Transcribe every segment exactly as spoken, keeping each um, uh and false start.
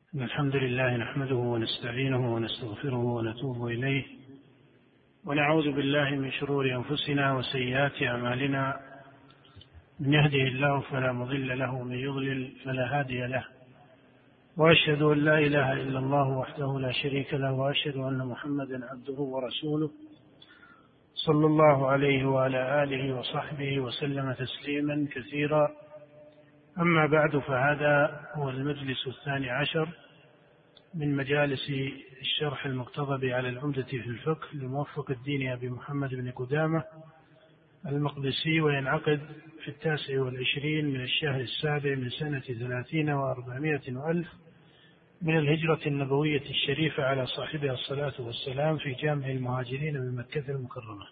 الحمد لله نحمده ونستعينه ونستغفره ونتوب إليه ونعوذ بالله من شرور أنفسنا وسيئات أعمالنا. من يهده الله فلا مضل له ومن يضلل فلا هادي له، وأشهد أن لا إله إلا الله وحده لا شريك له، وأشهد أن محمدا عبده ورسوله صلى الله عليه وعلى آله وصحبه وسلم تسليما كثيرا. أما بعد، فهذا هو المجلس الثاني عشر من مجالس الشرح المقتضب على العمدة في الفقه لموفق الدين أبي محمد بن قدامة المقدسي، وينعقد في التاسع والعشرين من الشهر السابع من سنة ثلاثين وأربعمائة وألف من الهجرة النبوية الشريفة على صاحبها الصلاة والسلام في جامع المهاجرين بمكة المكرمة.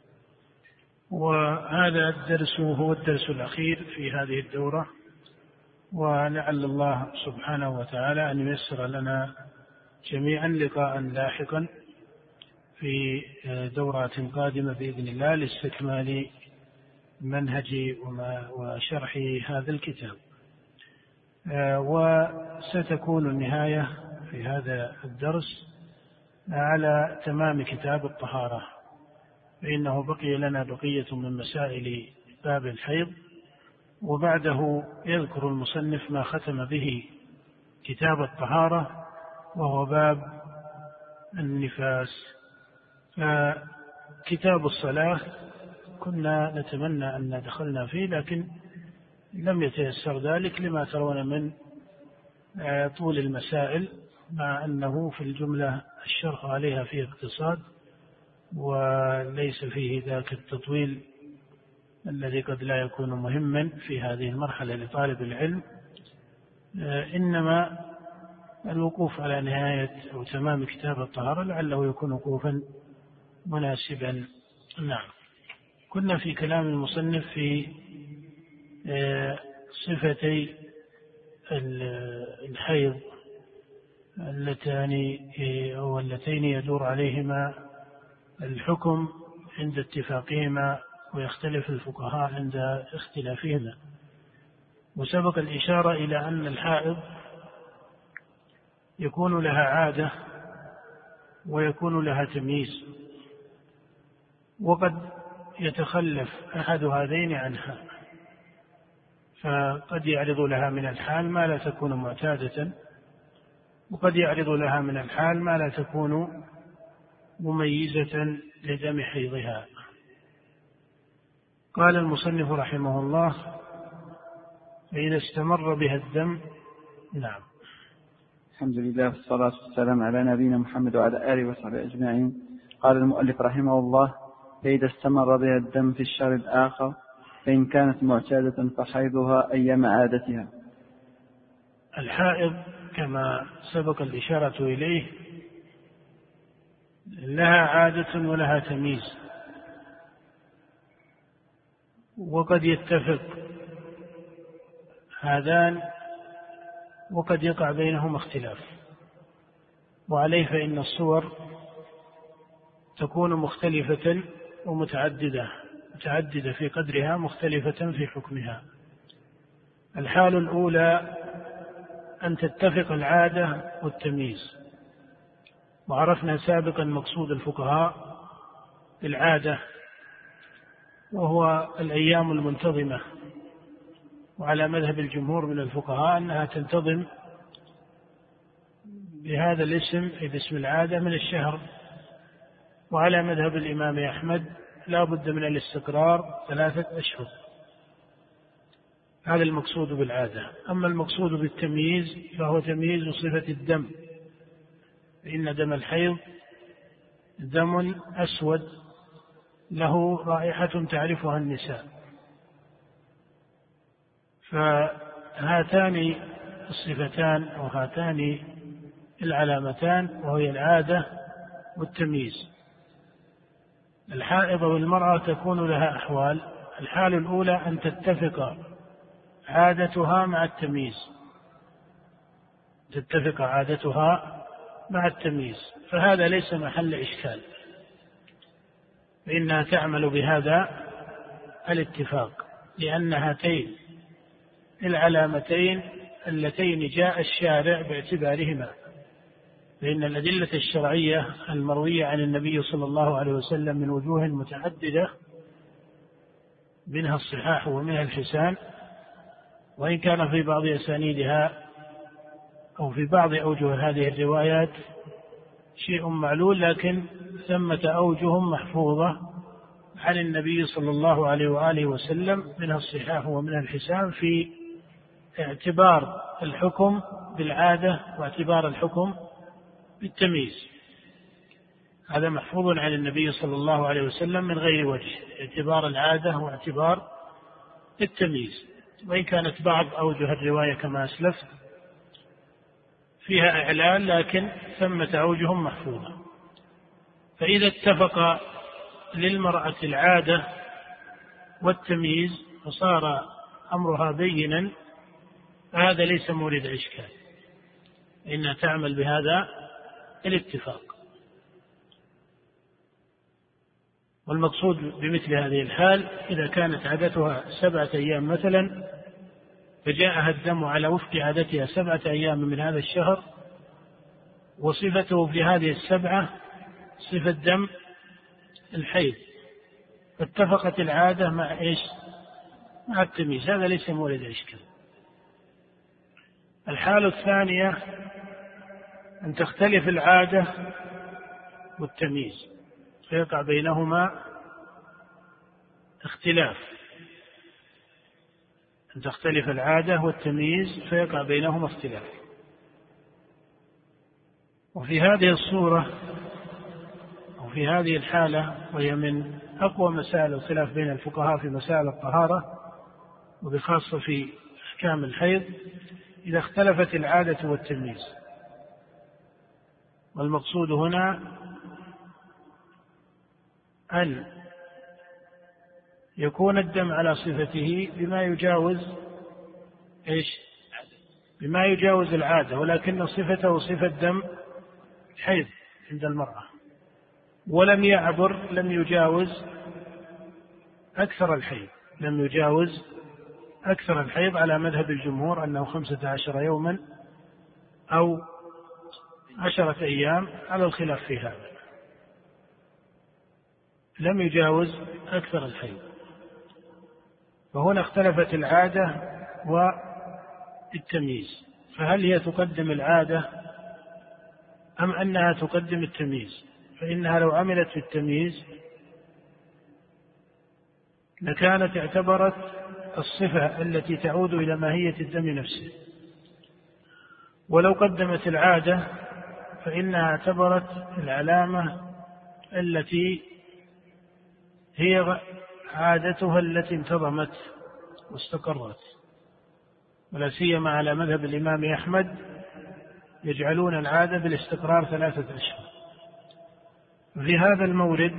وهذا الدرس هو الدرس الأخير في هذه الدورة، ولعل الله سبحانه وتعالى أن ييسر لنا جميعا لقاء لاحقا في دورات قادمة بإذن الله لاستكمال منهج وشرح هذا الكتاب. وستكون النهاية في هذا الدرس على تمام كتاب الطهارة، فإنه بقي لنا بقية من مسائل باب الحيض، وبعده يذكر المصنف ما ختم به كتاب الطهارة وهو باب النفاس. فكتاب الصلاة كنا نتمنى أن دخلنا فيه، لكن لم يتيسر ذلك لما ترون من طول المسائل، مع أنه في الجملة الشرح عليها فيه اقتصاد وليس فيه ذاك التطويل الذي قد لا يكون مهما في هذه المرحلة لطالب العلم، إنما الوقوف على نهاية أو تمام كتاب الطهارة لعله يكون وقوفا مناسبا. نعم، كنا في كلام المصنف في صفتي الحيض اللتان أو اللتين يدور عليهما الحكم عند اتفاقهما، ويختلف الفقهاء عند اختلافهما. وسبق الإشارة إلى أن الحائض يكون لها عادة ويكون لها تمييز، وقد يتخلف أحد هذين عنها، فقد يعرض لها من الحال ما لا تكون معتادة، وقد يعرض لها من الحال ما لا تكون مميزة لدم حيضها. قال المصنف رحمه الله: فإذا استمر بها الدم. نعم. الحمد لله والصلاة والسلام على نبينا محمد وعلى آله وصحبه أجمعين. قال المؤلف رحمه الله: فإذا استمر بها الدم في الشهر الآخر فإن كانت معتادة فحيضها أيام عادتها. الحائض كما سبق الإشارة إليه لها عادة ولها تمييز، وقد يتفق هذان وقد يقع بينهما اختلاف، وعليه فإن الصور تكون مختلفة ومتعددة متعددة في قدرها، مختلفة في حكمها. الحال الأولى أن تتفق العادة والتمييز، وعرفنا سابقا مقصود الفقهاء بالعادة وهو الأيام المنتظمة، وعلى مذهب الجمهور من الفقهاء أنها تنتظم بهذا الاسم أي باسم العادة من الشهر، وعلى مذهب الإمام أحمد لا بد من الاستقرار ثلاثة أشهر. هذا المقصود بالعادة. أما المقصود بالتمييز فهو تمييز صفة الدم، فإن دم الحيض دم أسود له رائحة تعرفها النساء، فهاتان الصفتان أو هاتان العلامتان وهي العادة والتمييز. الحائض والمرأة تكون لها أحوال: الحال الأولى أن تتفق عادتها مع التمييز، تتفق عادتها مع التمييز، فهذا ليس محل إشكال، فإنها تعمل بهذا الاتفاق، لأن هاتين العلامتين اللتين جاء الشارع باعتبارهما، لأن الأدلة الشرعية المروية عن النبي صلى الله عليه وسلم من وجوه متعددة منها الصحاح ومنها الحسان، وإن كان في بعض أسانيدها أو في بعض أوجه هذه الروايات شيء معلول، لكن ثمة أوجه محفوظة عن النبي صلى الله عليه وآله وسلم منها الصحاح ومنها الحسان في اعتبار الحكم بالعادة واعتبار الحكم بالتمييز. هذا محفوظ عن النبي صلى الله عليه وسلم من غير وجه، اعتبار العادة واعتبار التمييز، وإن كانت بعض أوجه الرواية كما أسلفت فيها إعلان، لكن ثمة أوجه محفوظة. فإذا اتفق للمرأة العادة والتمييز فصار أمرها بينا، هذا ليس مورد إشكال، إنها تعمل بهذا الاتفاق. والمقصود بمثل هذه الحال إذا كانت عادتها سبعة أيام مثلا، فجاءها الدم على وفق عادتها سبعة أيام من هذا الشهر، وصفته في هذه السبعة صفة دم الحيض، فاتفقت العادة مع إيش؟ مع التمييز، هذا ليس مورد إشكال. الحالة الثانية أن تختلف العادة والتمييز فيقع بينهما اختلاف، أن تختلف العادة والتمييز فيقع بينهما اختلاف. وفي هذه الصورة أو في هذه الحالة، وهي من أقوى مسائل الخلاف بين الفقهاء في مسائل الطهارة وبخاصة في أحكام الحيض، إذا اختلفت العادة والتمييز. والمقصود هنا أن يكون الدم على صفته بما يجاوز إيش؟ بما يجاوز العادة، ولكن صفته صفة دم حيض عند المرأة، ولم يعبر، لم يجاوز أكثر الحيض، لم يجاوز أكثر الحيض على مذهب الجمهور أنه خمسة عشر يوما أو عشرة أيام، على الخلاف في هذا، لم يجاوز أكثر الحيض. فهنا اختلفت العادة والتمييز، فهل هي تقدم العادة أم أنها تقدم التمييز؟ فإنها لو عملت في التمييز لكانت اعتبرت الصفة التي تعود إلى ماهية الدم نفسه، ولو قدمت العادة فإنها اعتبرت العلامة التي هي عادتها التي انتظمت واستقرت، ولا سيما على مذهب الإمام أحمد يجعلون العادة بالاستقرار ثلاثة أشهر. في هذا المورد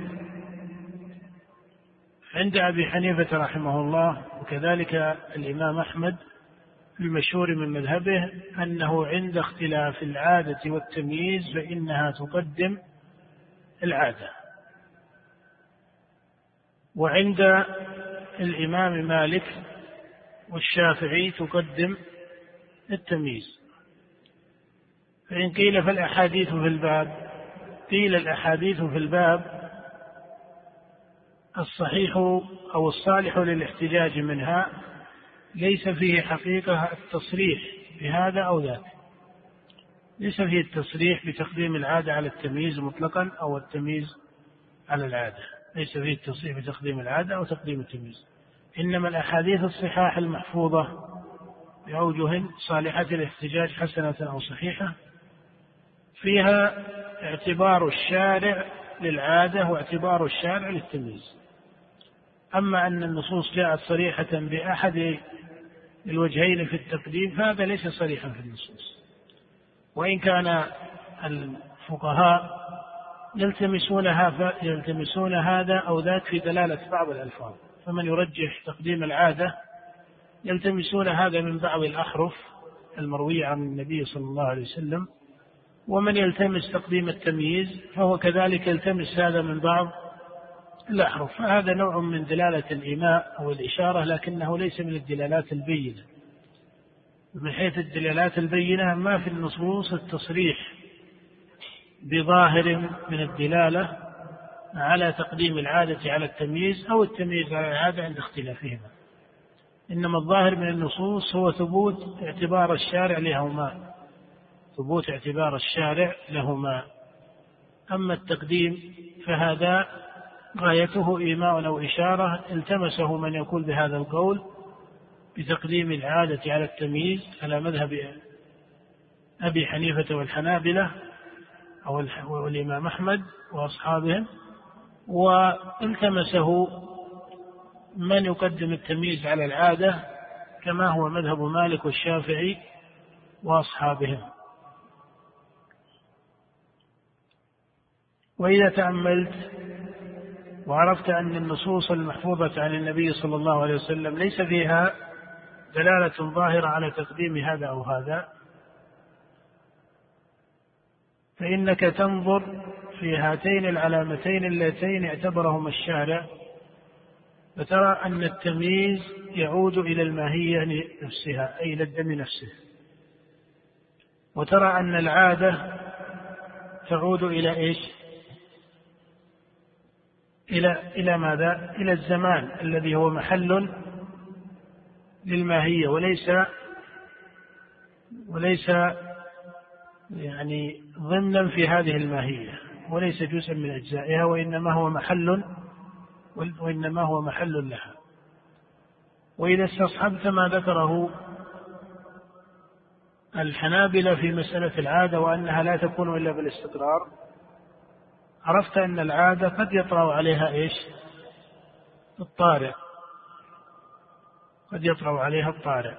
عند أبي حنيفة رحمه الله وكذلك الإمام أحمد المشهور من مذهبه أنه عند اختلاف العادة والتمييز فإنها تقدم العادة، وعند الإمام مالك والشافعي تقدم التمييز. فإن قيل فالأحاديث في الباب، قيل الأحاديث في الباب الصحيح أو الصالح للاحتجاج منها ليس فيه حقيقة التصريح بهذا أو ذاك، ليس فيه التصريح بتقديم العادة على التمييز مطلقا أو التمييز على العادة، ليس فيه التصريح بتقديم العادة أو تقديم التمييز، إنما الأحاديث الصحاح المحفوظة بأوجه صالحة الاحتجاج حسنة أو صحيحة فيها اعتبار الشارع للعادة واعتبار الشارع للتمييز. أما أن النصوص جاءت صريحة بأحد الوجهين في التقديم فهذا ليس صريحا في النصوص، وإن كان الفقهاء يلتمسونها يلتمسون هذا أو ذاك في دلالة بعض الألفاظ، فمن يرجح تقديم العادة يلتمسون هذا من بعض الأحرف المروية عن النبي صلى الله عليه وسلم، ومن يلتمس تقديم التمييز فهو كذلك يلتمس هذا من بعض الأحرف، فهذا نوع من دلالة الإيماء أو الإشارة، لكنه ليس من الدلالات البينة. من حيث الدلالات البينة ما في النصوص التصريح بظاهر من الدلالة على تقديم العادة على التمييز أو التمييز على العادة عند اختلافهما، إنما الظاهر من النصوص هو ثبوت اعتبار الشارع لهما ثبوت اعتبار الشارع لهما. أما التقديم فهذا غايته إيماء أو إشارة التمسه من يقول بهذا القول بتقديم العادة على التمييز على مذهب أبي حنيفة والحنابلة أو الإمام أحمد وأصحابهم، والتمسه من يقدم التمييز على العادة كما هو مذهب مالك والشافعي وأصحابهم. وإذا تأملت وعرفت أن النصوص المحفوظة عن النبي صلى الله عليه وسلم ليس فيها دلالة ظاهرة على تقديم هذا أو هذا، فإنك تنظر في هاتين العلامتين اللتين اعتبرهما الشارع فترى أن التمييز يعود إلى الماهية نفسها أي إلى الدم نفسه، وترى أن العادة تعود إلى إيش؟ إلى إلى ماذا؟ إلى الزمان الذي هو محل للماهية وليس وليس يعني ضمنا في هذه الماهية وليس جزءا من أجزائها، وإنما هو محل وإنما هو محل لها. وإذا استصحبت ما ذكره الحنابلة في مسألة العادة وأنها لا تكون إلا بالاستقرار، عرفت أن العادة قد يطرأ عليها إيش؟ الطارئ، قد يطرأ عليها الطارئ.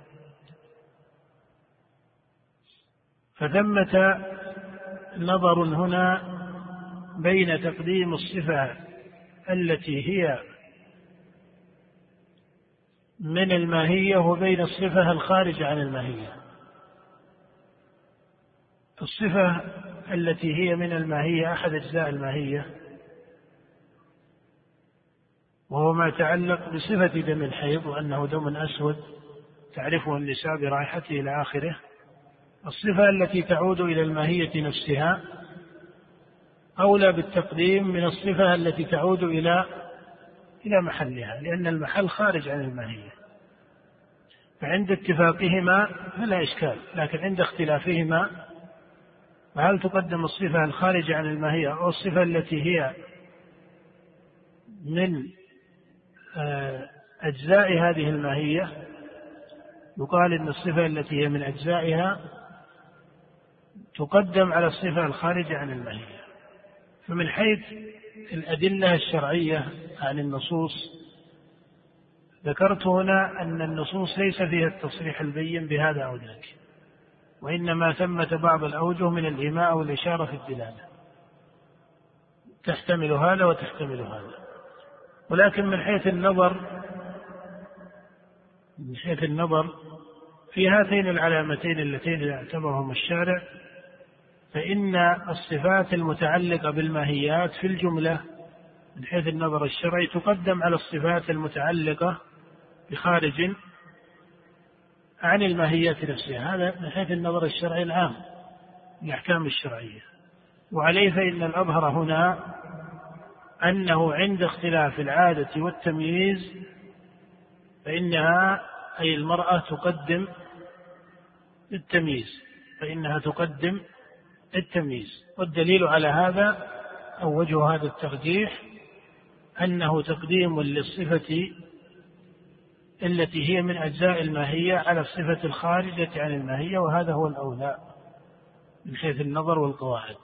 فثمة نظر هنا بين تقديم الصفة التي هي من الماهية وبين الصفة الخارجة عن الماهية. الصفة التي هي من الماهية أحد أجزاء الماهية، وهو ما يتعلق بصفة دم الحيض وأنه دم أسود تعرفه النساء برائحته إلى آخره. الصفة التي تعود إلى الماهية نفسها أولى بالتقديم من الصفة التي تعود إلى إلى محلها، لأن المحل خارج عن الماهية. فعند اتفاقهما فلا إشكال، لكن عند اختلافهما فهل تقدم الصفة الخارجة عن الماهية أو الصفة التي هي من أجزاء هذه الماهية؟ يقال إن الصفة التي هي من أجزائها تقدم على الصفة الخارجة عن الماهية. فمن حيث الأدلة الشرعية عن النصوص ذكرت هنا أن النصوص ليس فيها التصريح البين بهذا أو ذاك، وإنما ثمة بعض الأوجه من الإيماء والإشارة في الدلالة تحتمل هذا وتحتمل هذا. ولكن من حيث النظر من حيث النظر في هاتين العلامتين اللتين اعتبرهما الشارع، فإن الصفات المتعلقة بالماهيات في الجملة من حيث النظر الشرعي تقدم على الصفات المتعلقة بخارج عن الماهيات نفسها. هذا من حيث النظر الشرعي العام الأحكام الشرعية. وعليه فإن الأظهر هنا أنه عند اختلاف العادة والتمييز فإنها أي المرأة تقدم التمييز فإنها تقدم التمييز. والدليل على هذا أو وجه هذا الترجيح أنه تقديم للصفة التي هي من أجزاء الماهية على الصفة الخارجة عن الماهية، وهذا هو الأولى من حيث النظر والقواعد.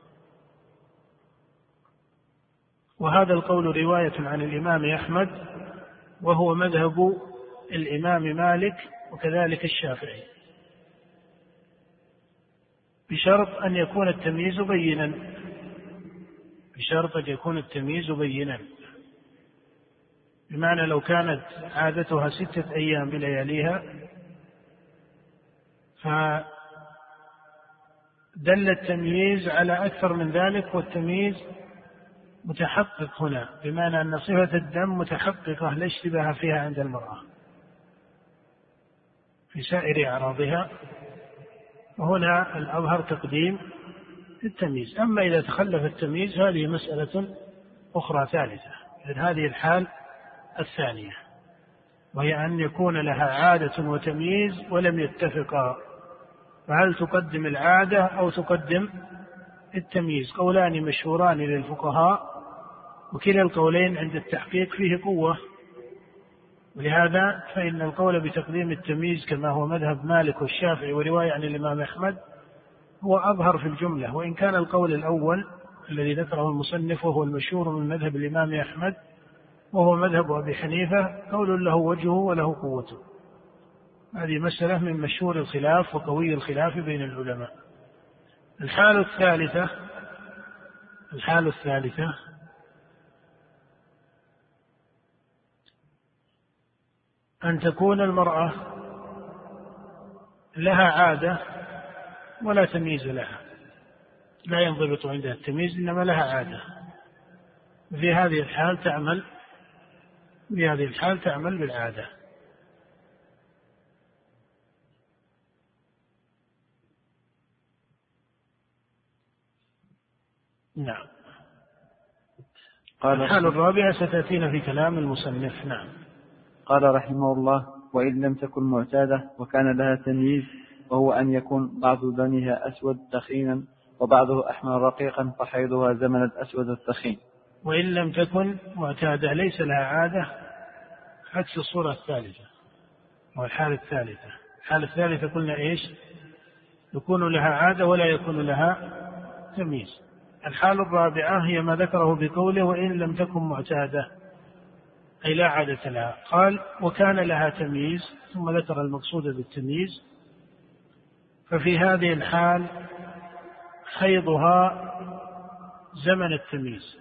وهذا القول رواية عن الإمام أحمد وهو مذهب الإمام مالك وكذلك الشافعي، بشرط أن يكون التمييز بينا بشرط أن يكون التمييز بينا بمعنى لو كانت عادتها ستة أيام بلياليها فدل التمييز على أكثر من ذلك، والتمييز متحقق هنا بمعنى أن صفة الدم متحققة لا اشتباه فيها عند المرأة. في سائر أعراضها، وهنا الأظهر تقديم التمييز. أما إذا تخلف التمييز هذه مسألة أخرى ثالثة، إذن هذه الحال الثانية، وهي أن يكون لها عادة وتمييز ولم يتفقا، فهل تقدم العادة أو تقدم التمييز؟ قولان مشهوران للفقهاء، وكلا القولين عند التحقيق فيه قوة، ولهذا فإن القول بتقديم التمييز كما هو مذهب مالك والشافعي ورواية عن الإمام أحمد هو أظهر في الجملة، وإن كان القول الأول الذي ذكره المصنف وهو المشهور من مذهب الإمام أحمد وهو مذهب أبي حنيفة قول له وجهه وله قوته. هذه مسألة من مشهور الخلاف وقوي الخلاف بين العلماء. الحالة الثالثة الحالة الثالثة أن تكون المرأة لها عادة ولا تمييز لها، لا ينضبط عندها التمييز، إنما لها عادة. في هذه الحال تعمل في هذه الحال تعمل بالعادة. نعم. قال الحالة الرابعة ستأتينا في كلام المصنف. نعم. قال رحمه الله: وإن لم تكن معتادة وكان لها تمييز، وهو أن يكون بعض دمها أسود ثخينا وبعضه أحمر رقيقا، فحيضها زمن الأسود الثخين. وإن لم تكن معتادة ليس لها عادة، عكس الصورة الثالثة والحالة الثالثة. الحالة الثالثة قلنا إيش؟ يكون لها عادة ولا يكون لها تمييز. الحالة الرابعة هي ما ذكره بقوله وإن لم تكن معتادة، أي لا عادة لها. قال وكان لها تمييز، ثم ذكر المقصود بالتمييز. ففي هذه الحال حيضها زمن التمييز،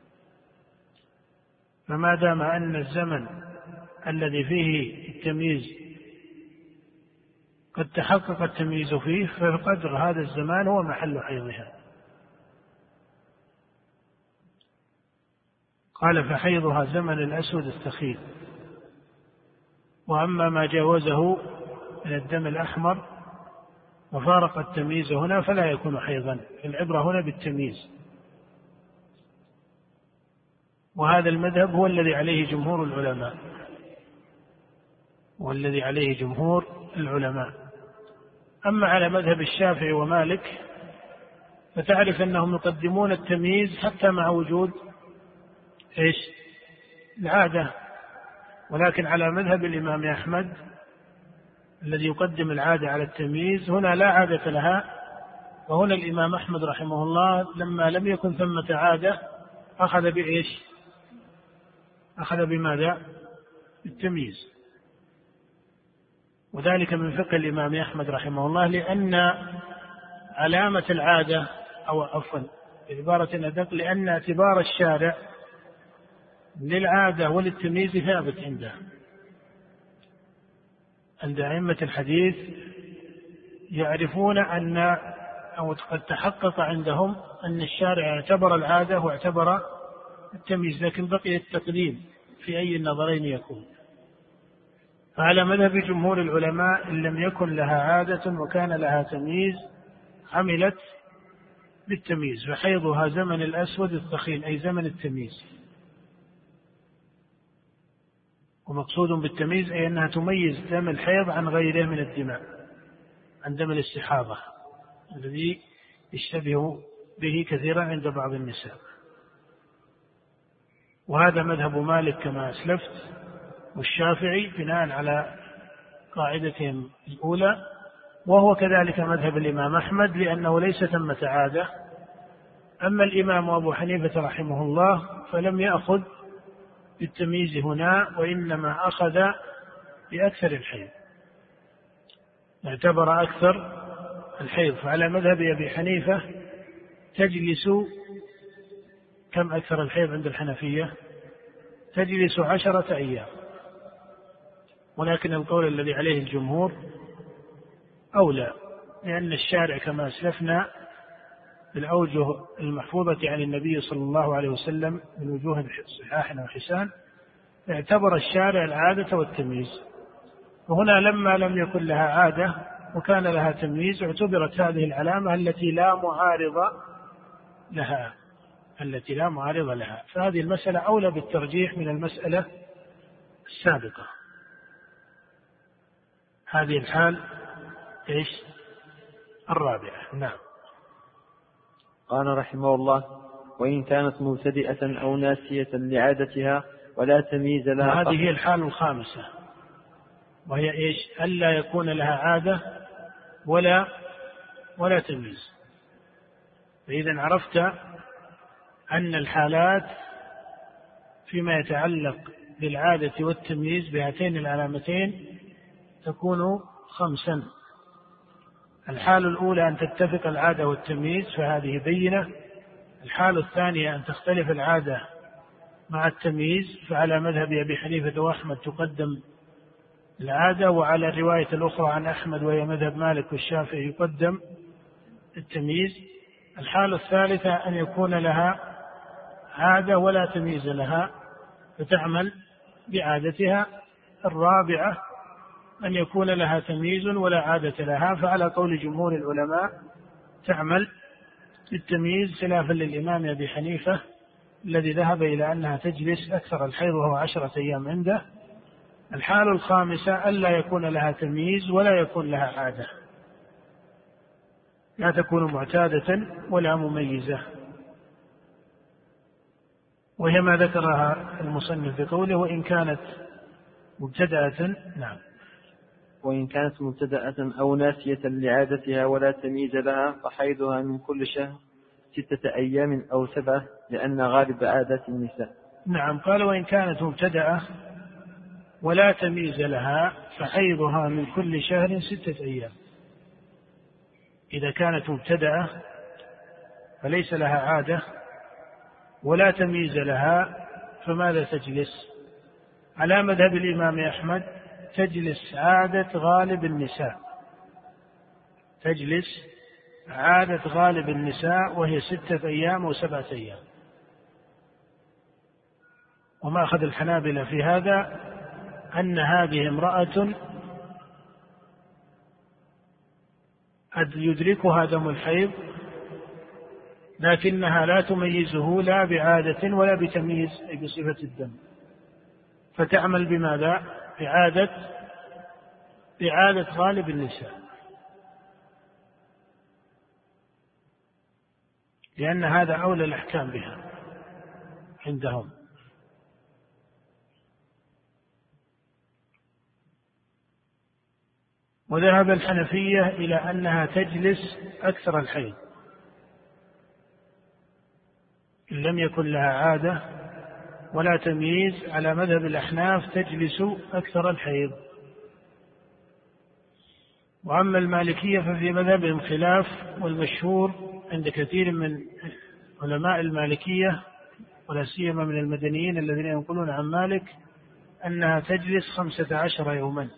فما دام أن الزمن الذي فيه التمييز قد تحقق التمييز فيه، فقدر هذا الزمان هو محل حيضها. قال فحيضها زمن الأسود الثخين. وأما ما جاوزه من الدم الأحمر وفارق التمييز هنا فلا يكون حيضا، العبرة هنا بالتمييز. وهذا المذهب هو الذي عليه جمهور العلماء والذي عليه جمهور العلماء. أما على مذهب الشافعي ومالك فتعرف أنهم يقدمون التمييز حتى مع وجود إيش؟ العادة. ولكن على مذهب الإمام أحمد الذي يقدم العادة على التمييز هنا لا عادة لها. وهنا الإمام أحمد رحمه الله لما لم يكن ثمة عادة أخذ بإيش؟ أخذ بماذا؟ التمييز. وذلك من فقه الإمام أحمد رحمه الله، لأن علامة العادة أو عفوا بعبارة أدق، لأن اعتبار الشارع للعادة وللتمييز ثابت عنده. عند أئمة الحديث يعرفون أن أو قد تحقق عندهم أن الشارع اعتبر العادة واعتبر التمييز، لكن بقي التقديم في أي النظرين يكون. فعلى مذهب جمهور العلماء إن لم يكن لها عادة وكان لها تمييز عملت بالتمييز، فحيضها زمن الأسود الثخين أي زمن التمييز. ومقصود بالتمييز أي أنها تميز دم الحيض عن غيره من الدماء، عن دم الاستحاضة الذي يشتبه به كثيرا عند بعض النساء. وهذا مذهب مالك كما أسلفت والشافعي بناء على قاعدتهم الأولى، وهو كذلك مذهب الإمام أحمد لأنه ليس ثمة عادة. أما الإمام أبو حنيفة رحمه الله فلم يأخذ بالتمييز هنا، وإنما أخذ بأكثر الحيض، اعتبر أكثر الحيض. فعلى مذهب أبي حنيفة تجلس كم أكثر الحيض عند الحنفية؟ تجلس عشرة أيام. ولكن القول الذي عليه الجمهور أولى، لأن الشارع كما أسلفنا بالأوجه المحفوظة عن النبي صلى الله عليه وسلم من وجوه صحاح وحسان اعتبر الشارع العادة والتمييز، وهنا لما لم يكن لها عادة وكان لها تمييز اعتبرت هذه العلامة التي لا معارض لها التي لا معارض لها فهذه المسألة أولى بالترجيح من المسألة السابقة. هذه الحال إيش الرابعة. نعم. قال رحمه الله: وإن كانت مبتدئة أو ناسية لعادتها ولا تمييز لها. وهذه هي الحال الخامسة، وهي إيش؟ ألا يكون لها عادة ولا ولا تمييز. فإذا عرفت أن الحالات فيما يتعلق بالعادة والتمييز بهاتين العلامتين تكون خمسا. الحال الأولى أن تتفق العادة والتمييز فهذه بينة. الحال الثانية أن تختلف العادة مع التمييز فعلى مذهب أبي حنيفة وأحمد تقدم العادة، وعلى الرواية الأخرى عن أحمد وهي مذهب مالك والشافعي يقدم التمييز. الحالة الثالثة أن يكون لها عادة ولا تمييز لها فتعمل بعادتها. الرابعة أن يكون لها تمييز ولا عادة لها فعلى قول جمهور العلماء تعمل بالتمييز خلافا للإمام أبي حنيفة الذي ذهب إلى أنها تجلس أكثر الحيض وهو عشرة أيام عنده. الحالة الخامسة ألا يكون لها تمييز ولا يكون لها عادة، لا تكون معتادة ولا مميزة، وهي ما ذكرها المصنف بقوله: وإن كانت مبتدأة. نعم. وإن كانت مبتدأة أو ناسية لعادتها ولا تمييز لها فحيضها من كل شهر ستة أيام أو سبعة لأن غالب عادات النساء. نعم. قال: وإن كانت مبتدأة ولا تمييز لها فحيضها من كل شهر ستة أيام. إذا كانت مبتدأة فليس لها عادة ولا تمييز لها فماذا تجلس؟ على مذهب الإمام أحمد تجلس عادة غالب النساء، تجلس عادة غالب النساء وهي ستة أيام وسبعة أيام. وما أخذ الحنابلة في هذا أن هذه امرأة قد يدركها دم الحيض لكنها لا تميزه لا بعادة ولا بتمييز أي بصفة الدم، فتعمل بماذا؟ بعادة بعادة غالب النساء، لأن هذا أولى الأحكام بها عندهم. وذهب الحنفية إلى أنها تجلس أكثر الحيض إن لم يكن لها عادة ولا تمييز. على مذهب الأحناف تجلس أكثر الحيض. وأما المالكية ففي مذهبهم خلاف، والمشهور عند كثير من علماء المالكية ولا سيما من المدنيين الذين ينقلون عن مالك أنها تجلس خمسة عشر يوما.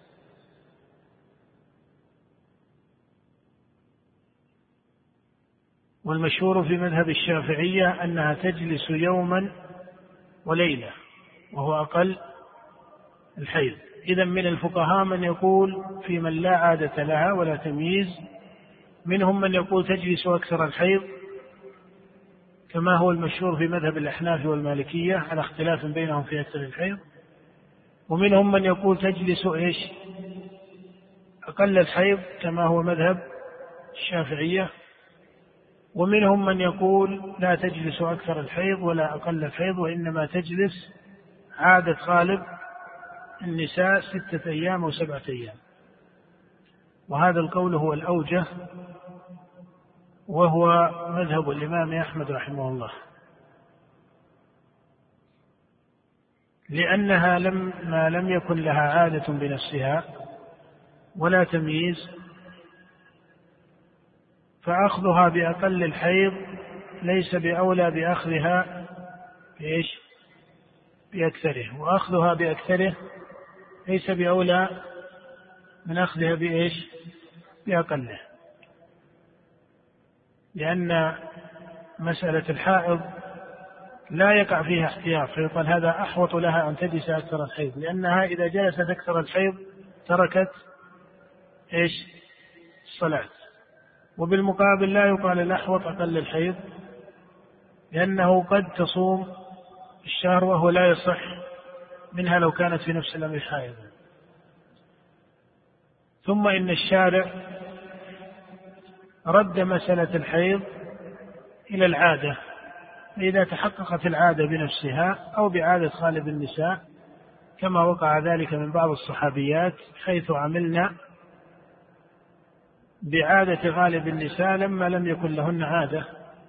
والمشهور في مذهب الشافعية أنها تجلس يوما وليلة وهو أقل الحيض. إذن من الفقهاء من يقول في من لا عادة لها ولا تمييز، منهم من يقول تجلس أكثر الحيض كما هو المشهور في مذهب الأحناف والمالكية على اختلاف بينهم في أكثر الحيض، ومنهم من يقول تجلس إيش أقل الحيض كما هو مذهب الشافعية، ومنهم من يقول لا تجلس أكثر الحيض ولا أقل الحيض وإنما تجلس عادة غالب النساء ستة أيام وسبعة أيام. وهذا القول هو الأوجه وهو مذهب الإمام أحمد رحمه الله، لأنها لم ما لم يكن لها عادة بنفسها ولا تمييز فأخذها بأقل الحيض ليس بأولى بأخذها بإيش بأكثره، وأخذها بأكثره ليس بأولى من أخذها بإيش بأقله، لأن مسألة الحائض لا يقع فيها احتياط، فيقال هذا أحوط لها أن تجلس أكثر الحيض، لأنها إذا جلست أكثر الحيض تركت إيش الصلاة. وبالمقابل لا يقال الأحوط أقل الحيض، لأنه قد تصوم الشهر وهو لا يصح منها لو كانت في نفس الأمر حائضا. ثم إن الشارع رد مسألة الحيض إلى العادة، إذا تحققت العادة بنفسها أو بعادة غالب النساء، كما وقع ذلك من بعض الصحابيات حيث عملنا بعادة غالب النساء لما لم يكن لهن عادة،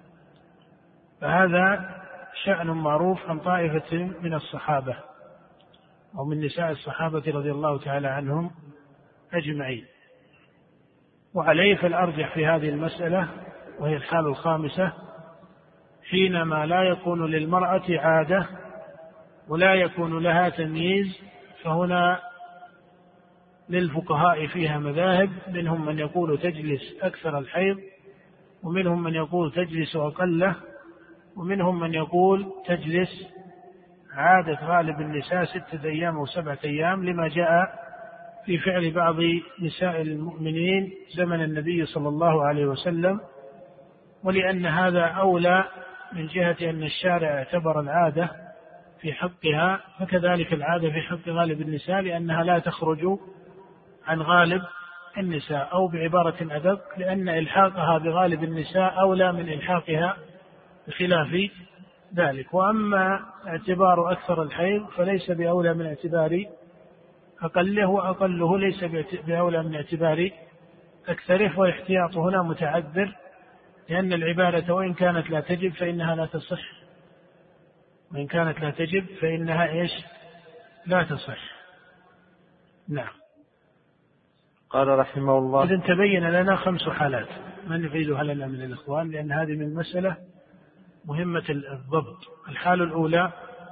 فهذا شأن معروف عن طائفة من الصحابة أو من نساء الصحابة رضي الله تعالى عنهم أجمعين. وعليه فالأرجح في هذه المسألة، وهي الحالة الخامسة، حينما لا يكون للمرأة عادة ولا يكون لها تمييز، فهنا للفقهاء فيها مذاهب، منهم من يقول تجلس أكثر الحيض، ومنهم من يقول تجلس أقله، ومنهم من يقول تجلس عادة غالب النساء ستة أيام أو سبعة أيام، لما جاء في فعل بعض نساء المؤمنين زمن النبي صلى الله عليه وسلم، ولأن هذا أولى من جهة أن الشارع اعتبر العادة في حقها، فكذلك العادة في حق غالب النساء، لأنها لا تخرج عن غالب النساء، أو بعبارة أدق لأن إلحاقها بغالب النساء أولى من إلحاقها بخلاف ذلك. وأما اعتبار أكثر الحيض فليس بأولى من اعتبار أقله، وأقله ليس بأولى من اعتبار أكثره، والاحتياط هنا متعذر، لأن العبادة وإن كانت لا تجب فإنها لا تصح، وإن كانت لا تجب فإنها إيش لا تصح. نعم. قال رحمه الله: إذن تبين لنا خمس حالات ما نفيدها لنا من الإخوان، لأن هذه من مسألة مهمة الضبط. الحالة الأولى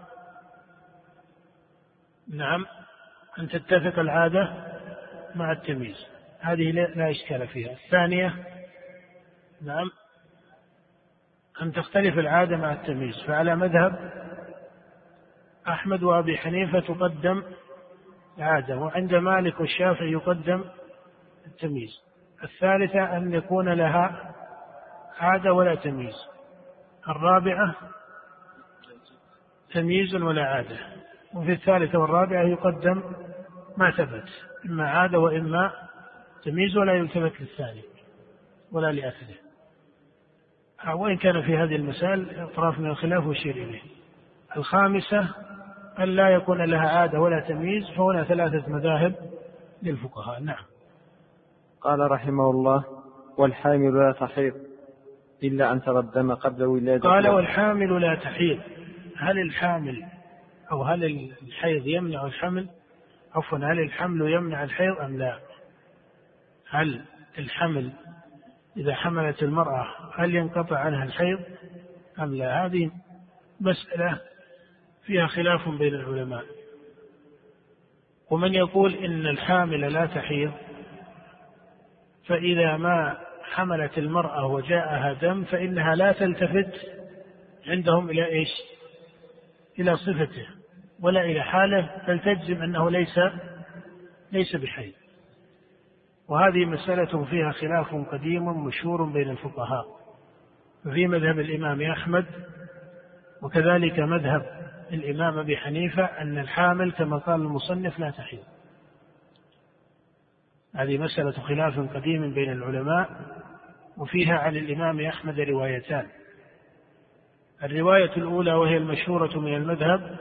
نعم أن تتفق العادة مع التمييز، هذه لا إشكال فيها. الثانية نعم أن تختلف العادة مع التمييز، فعلى مذهب أحمد وأبي حنيفة تقدم العادة، وعند مالك والشافعي يقدم التمييز. الثالثة أن يكون لها عادة ولا تمييز. الرابعة تمييز ولا عادة. وفي الثالثة والرابعة يقدم ما ثبت، إما عادة وإما تمييز، ولا يلتفت للثاني ولا لأثره، وإن كان في هذه المسائل اطراف من الخلاف وشير إليه. الخامسة أن لا يكون لها عادة ولا تمييز، فهنا ثلاثة مذاهب للفقهاء. نعم. قال رحمه الله: والحامل لا تحيض إلا أن ترى الدم قبل ولادة. قال والحامل لا تحيض. هل الحامل أو هل الحيض يمنع الحمل؟ عفوا، هل الحمل يمنع الحيض أم لا؟ هل الحمل إذا حملت المرأة هل ينقطع عنها الحيض أم لا؟ هذه مسألة فيها خلاف بين العلماء. ومن يقول إن الحامل لا تحيض، فإذا ما حملت المرأة وجاءها دم فإنها لا تلتفت عندهم إلى إيش؟ إلى صفته ولا إلى حاله، بل تجزم أنه ليس ليس بحيض. وهذه مسألة فيها خلاف قديم مشهور بين الفقهاء، في مذهب الإمام أحمد وكذلك مذهب الإمام أبي حنيفة أن الحامل كما قال المصنف لا تحيض. هذه مسألة خلاف قديم بين العلماء، وفيها عن الإمام أحمد روايتان. الرواية الأولى وهي المشهورة من المذهب،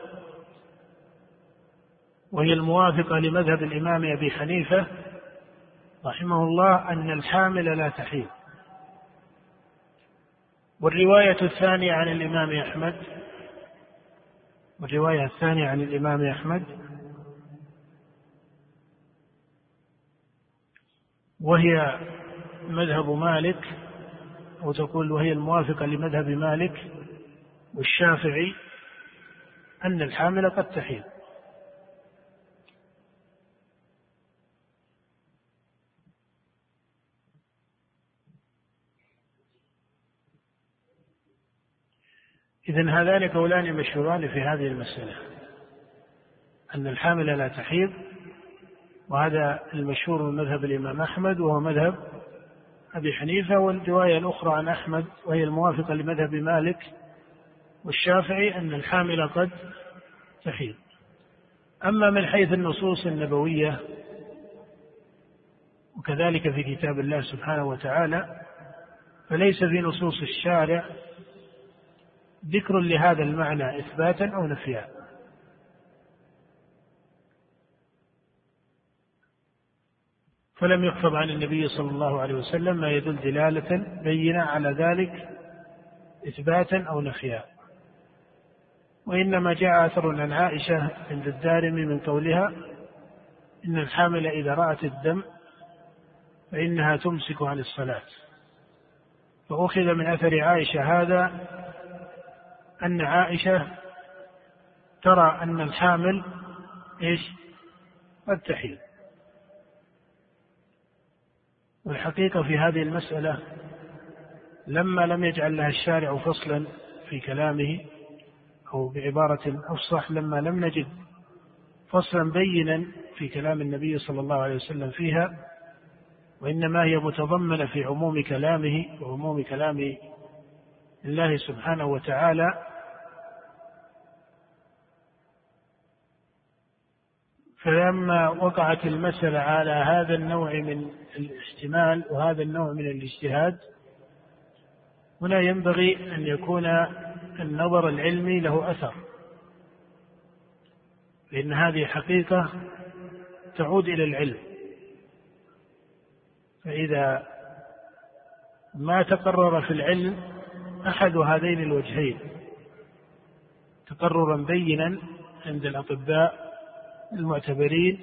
وهي الموافقة لمذهب الإمام أبي حنيفة رحمه الله، أن الحامل لا تحيض. والرواية الثانية عن الإمام أحمد والرواية الثانية عن الإمام أحمد وهي مذهب مالك، وتقول وهي الموافقة لمذهب مالك والشافعي، أن الحامل قد تحيض. إذن هذان قولان مشهوران في هذه المسألة، أن الحامل لا تحيض وهذا المشهور من مذهب الإمام أحمد وهو مذهب أبي حنيفة. والرواية الأخرى عن أحمد وهي الموافقة لمذهب مالك والشافعي أن الحامل قد تحيض. أما من حيث النصوص النبوية وكذلك في كتاب الله سبحانه وتعالى فليس في نصوص الشارع ذكر لهذا المعنى إثباتا أو نفيا. فلم يحفظ عن النبي صلى الله عليه وسلم ما يدل دلالة بينة على ذلك إثباتا أو نفيا، وإنما جاء أثر عن عائشة عند الدارمي من قولها إن الحامل إذا رأت الدم فإنها تمسك عن الصلاة. فأخذ من أثر عائشة هذا أن عائشة ترى أن الحامل إيش قد تحيض. والحقيقة في هذه المسألة لما لم يجعل لها الشارع فصلا في كلامه، أو بعبارة أفصح لما لم نجد فصلا بينا في كلام النبي صلى الله عليه وسلم فيها، وإنما هي متضمنة في عموم كلامه وعموم كلام الله سبحانه وتعالى، فلما وقعت المسألة على هذا النوع من الاحتمال وهذا النوع من الاجتهاد هنا ينبغي أن يكون النظر العلمي له أثر، لأن هذه حقيقة تعود إلى العلم. فإذا ما تقرر في العلم أحد هذين الوجهين تقررا بينا عند الأطباء المعتبرين،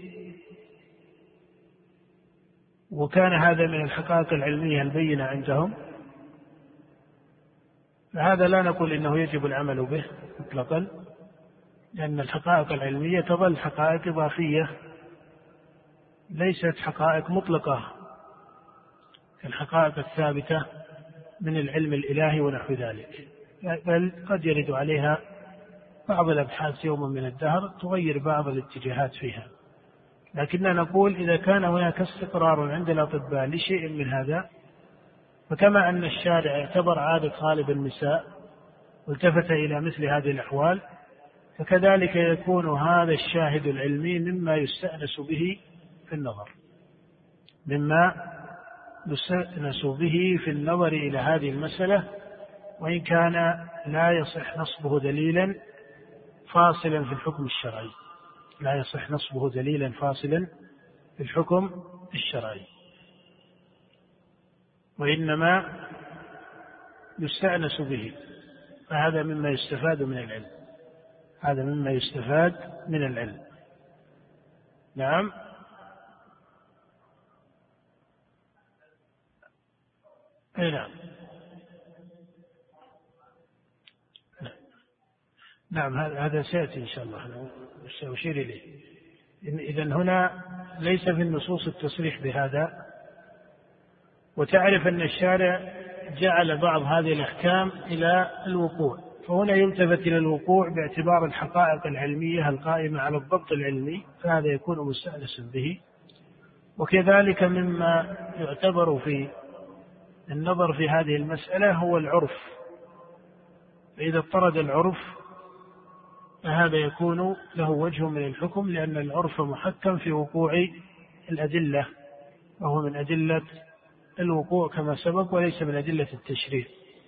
وكان هذا من الحقائق العلمية البينة عندهم، فهذا لا نقول إنه يجب العمل به مطلقا، لأن الحقائق العلمية تظل حقائق إضافية ليست حقائق مطلقة كالحقائق الثابتة من العلم الإلهي ونحو ذلك، بل قد يرد عليها بعض الأبحاث يوما من الدهر تغير بعض الاتجاهات فيها. لكننا نقول إذا كان هناك استقرار عند الأطباء لشيء من هذا، فكما أن الشارع اعتبر عادة غالب النساء والتفت إلى مثل هذه الأحوال، فكذلك يكون هذا الشاهد العلمي مما يستأنس به في النظر مما يستأنس به في النظر إلى هذه المسألة، وإن كان لا يصح نصبه دليلا فاصلا في الحكم الشرعي، لا يصح نصبه دليلا فاصلا في الحكم الشرعي، وإنما يستأنس به. فهذا مما يستفاد من العلم، هذا مما يستفاد من العلم. نعم. أي نعم. نعم هذا سيأتي إن شاء الله سأشير إليه. إذن هنا ليس في النصوص التصريح بهذا، وتعرف أن الشارع جعل بعض هذه الأحكام إلى الوقوع، فهنا يلتفت إلى الوقوع باعتبار الحقائق العلمية القائمة على الضبط العلمي، فهذا يكون مستأنسا به. وكذلك مما يعتبر في النظر في هذه المسألة هو العرف، فإذا اضطرد العرف فهذا يكون له وجه من الحكم، لأن العرف محكم في وقوع الأدلة، وهو من أدلة الوقوع كما سبق وليس من أدلة التشريع.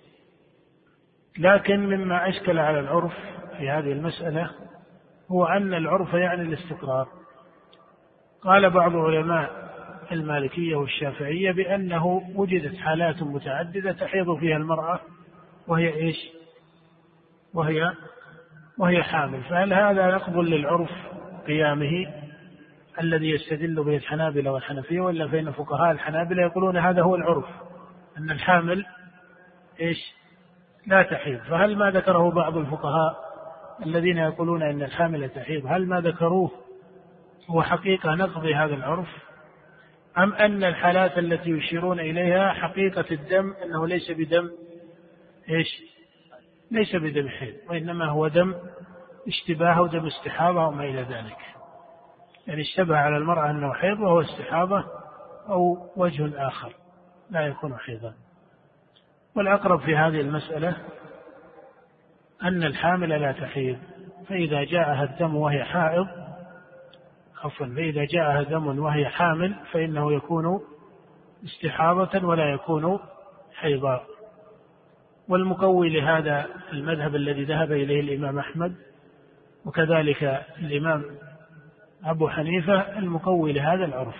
لكن مما أشكل على العرف في هذه المسألة هو أن العرف يعني الاستقرار. قال بعض علماء المالكية والشافعية بأنه وجدت حالات متعددة تحيض فيها المرأة وهي إيش؟ وهي وهي حامل، فهل هذا يقبل للعرف قيامه الذي يستدل به الحنابلة والحنفية، ولا فإن فقهاء الحنابلة يقولون هذا هو العرف أن الحامل إيش؟ لا تحيض؟ فهل ما ذكره بعض الفقهاء الذين يقولون أن الحامل تحيض هل ما ذكروه هو حقيقة نقضي هذا العرف، أم أن الحالات التي يشيرون إليها حقيقة الدم أنه ليس بدم إيش؟ ليس بدم حيض، وإنما هو دم اشتباه ودم استحاضة وما إلى ذلك. يعني اشتبه على المرأة أنه حيض وهو استحاضة أو وجه آخر لا يكون حيضا. والأقرب في هذه المسألة أن الحامل لا تحيض، فإذا جاءها الدم وهي حائض عفوا فإذا جاءها دم وهي حامل فإنه يكون استحاضة ولا يكون حيضا. والمقوي لهذا المذهب الذي ذهب إليه الإمام أحمد وكذلك الإمام أبو حنيفة المقوي لهذا العرف.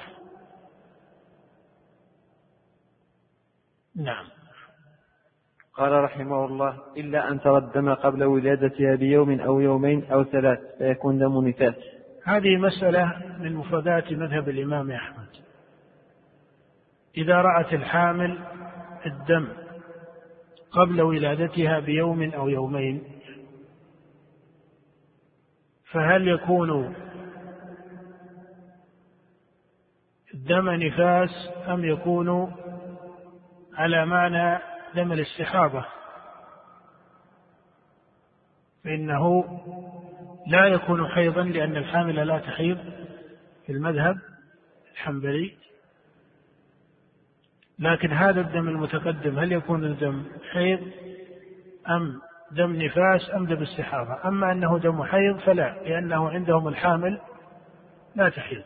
نعم. قال رحمه الله: إلا أن ترى الدم قبل ولادتها بيوم أو يومين أو ثلاث فيكون دم نفاس. هذه مسألة من مفردات مذهب الإمام أحمد. إذا رأت الحامل الدم قبل ولادتها بيوم أو يومين فهل يكون دم نفاس أم يكون على معنى دم الاستحاضة؟ فإنه لا يكون حيضا لأن الحامل لا تحيض في المذهب الحنبلي. لكن هذا الدم المتقدم هل يكون الدم حيض أم دم نفاس أم دم استحاضة؟ أما أنه دم حيض فلا، لأنه عندهم الحامل لا تحيض.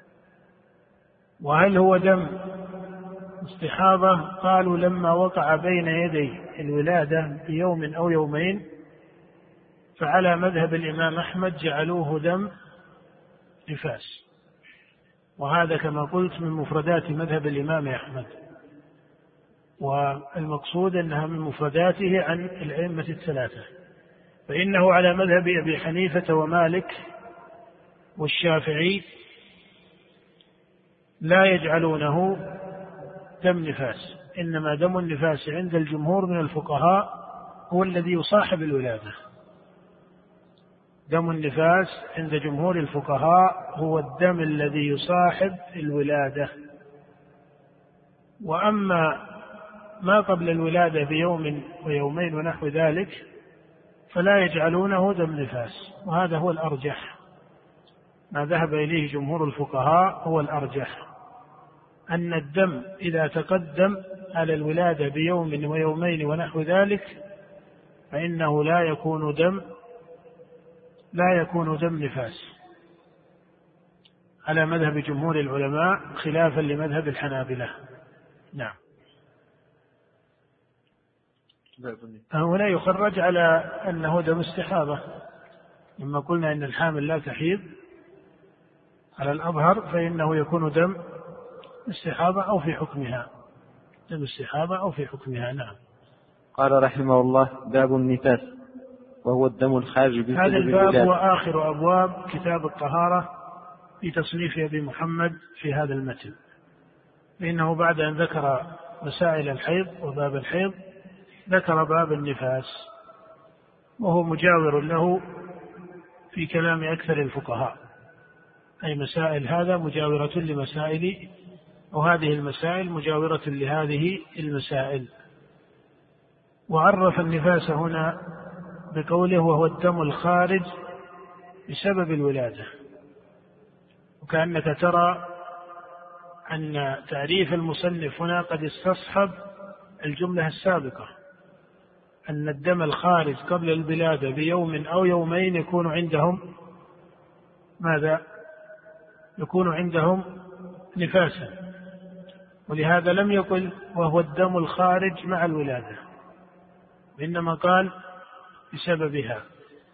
وهل هو دم استحاضة؟ قالوا لما وقع بين يدي الولادة بيوم أو يومين فعلى مذهب الإمام أحمد جعلوه دم نفاس، وهذا كما قلت من مفردات مذهب الإمام أحمد، والمقصود أنها من مفرداته عن الأئمة الثلاثة. فإنه على مذهب أبي حنيفة ومالك والشافعي لا يجعلونه دم نفاس، إنما دم النفاس عند الجمهور من الفقهاء هو الذي يصاحب الولادة. دم النفاس عند جمهور الفقهاء هو الدم الذي يصاحب الولادة. وأما ما قبل الولادة بيوم ويومين ونحو ذلك فلا يجعلونه دم نفاس، وهذا هو الأرجح. ما ذهب إليه جمهور الفقهاء هو الأرجح، أن الدم إذا تقدم على الولادة بيوم ويومين ونحو ذلك فإنه لا يكون دم لا يكون دم نفاس على مذهب جمهور العلماء خلافا لمذهب الحنابلة. نعم. هنا يخرج على أنه دم استحاضة، لما قلنا أن الحامل لا تحيض على الأظهر فإنه يكون دم استحاضة أو في حكمها دم استحاضة أو في حكمها. نعم. قال رحمه الله: باب النفاس وهو الدم الخارج بسبب هذا الباب الولادة. هو آخر أبواب كتاب الطهارة في تصنيف أبي محمد في هذا المتن، فإنه بعد أن ذكر مسائل الحيض وباب الحيض ذكر باب النفاس، وهو مجاور له في كلام أكثر الفقهاء، أي مسائل هذا مجاورة لمسائل أو هذه المسائل مجاورة لهذه المسائل. وعرف النفاس هنا بقوله وهو الدم الخارج بسبب الولادة، وكأنك ترى أن تعريف المصنف هنا قد استصحب الجملة السابقة، أن الدم الخارج قبل الولادة بيوم أو يومين يكون عندهم ماذا؟ يكون عندهم نفاسا، ولهذا لم يقل وهو الدم الخارج مع الولادة، وإنما قال بسببها.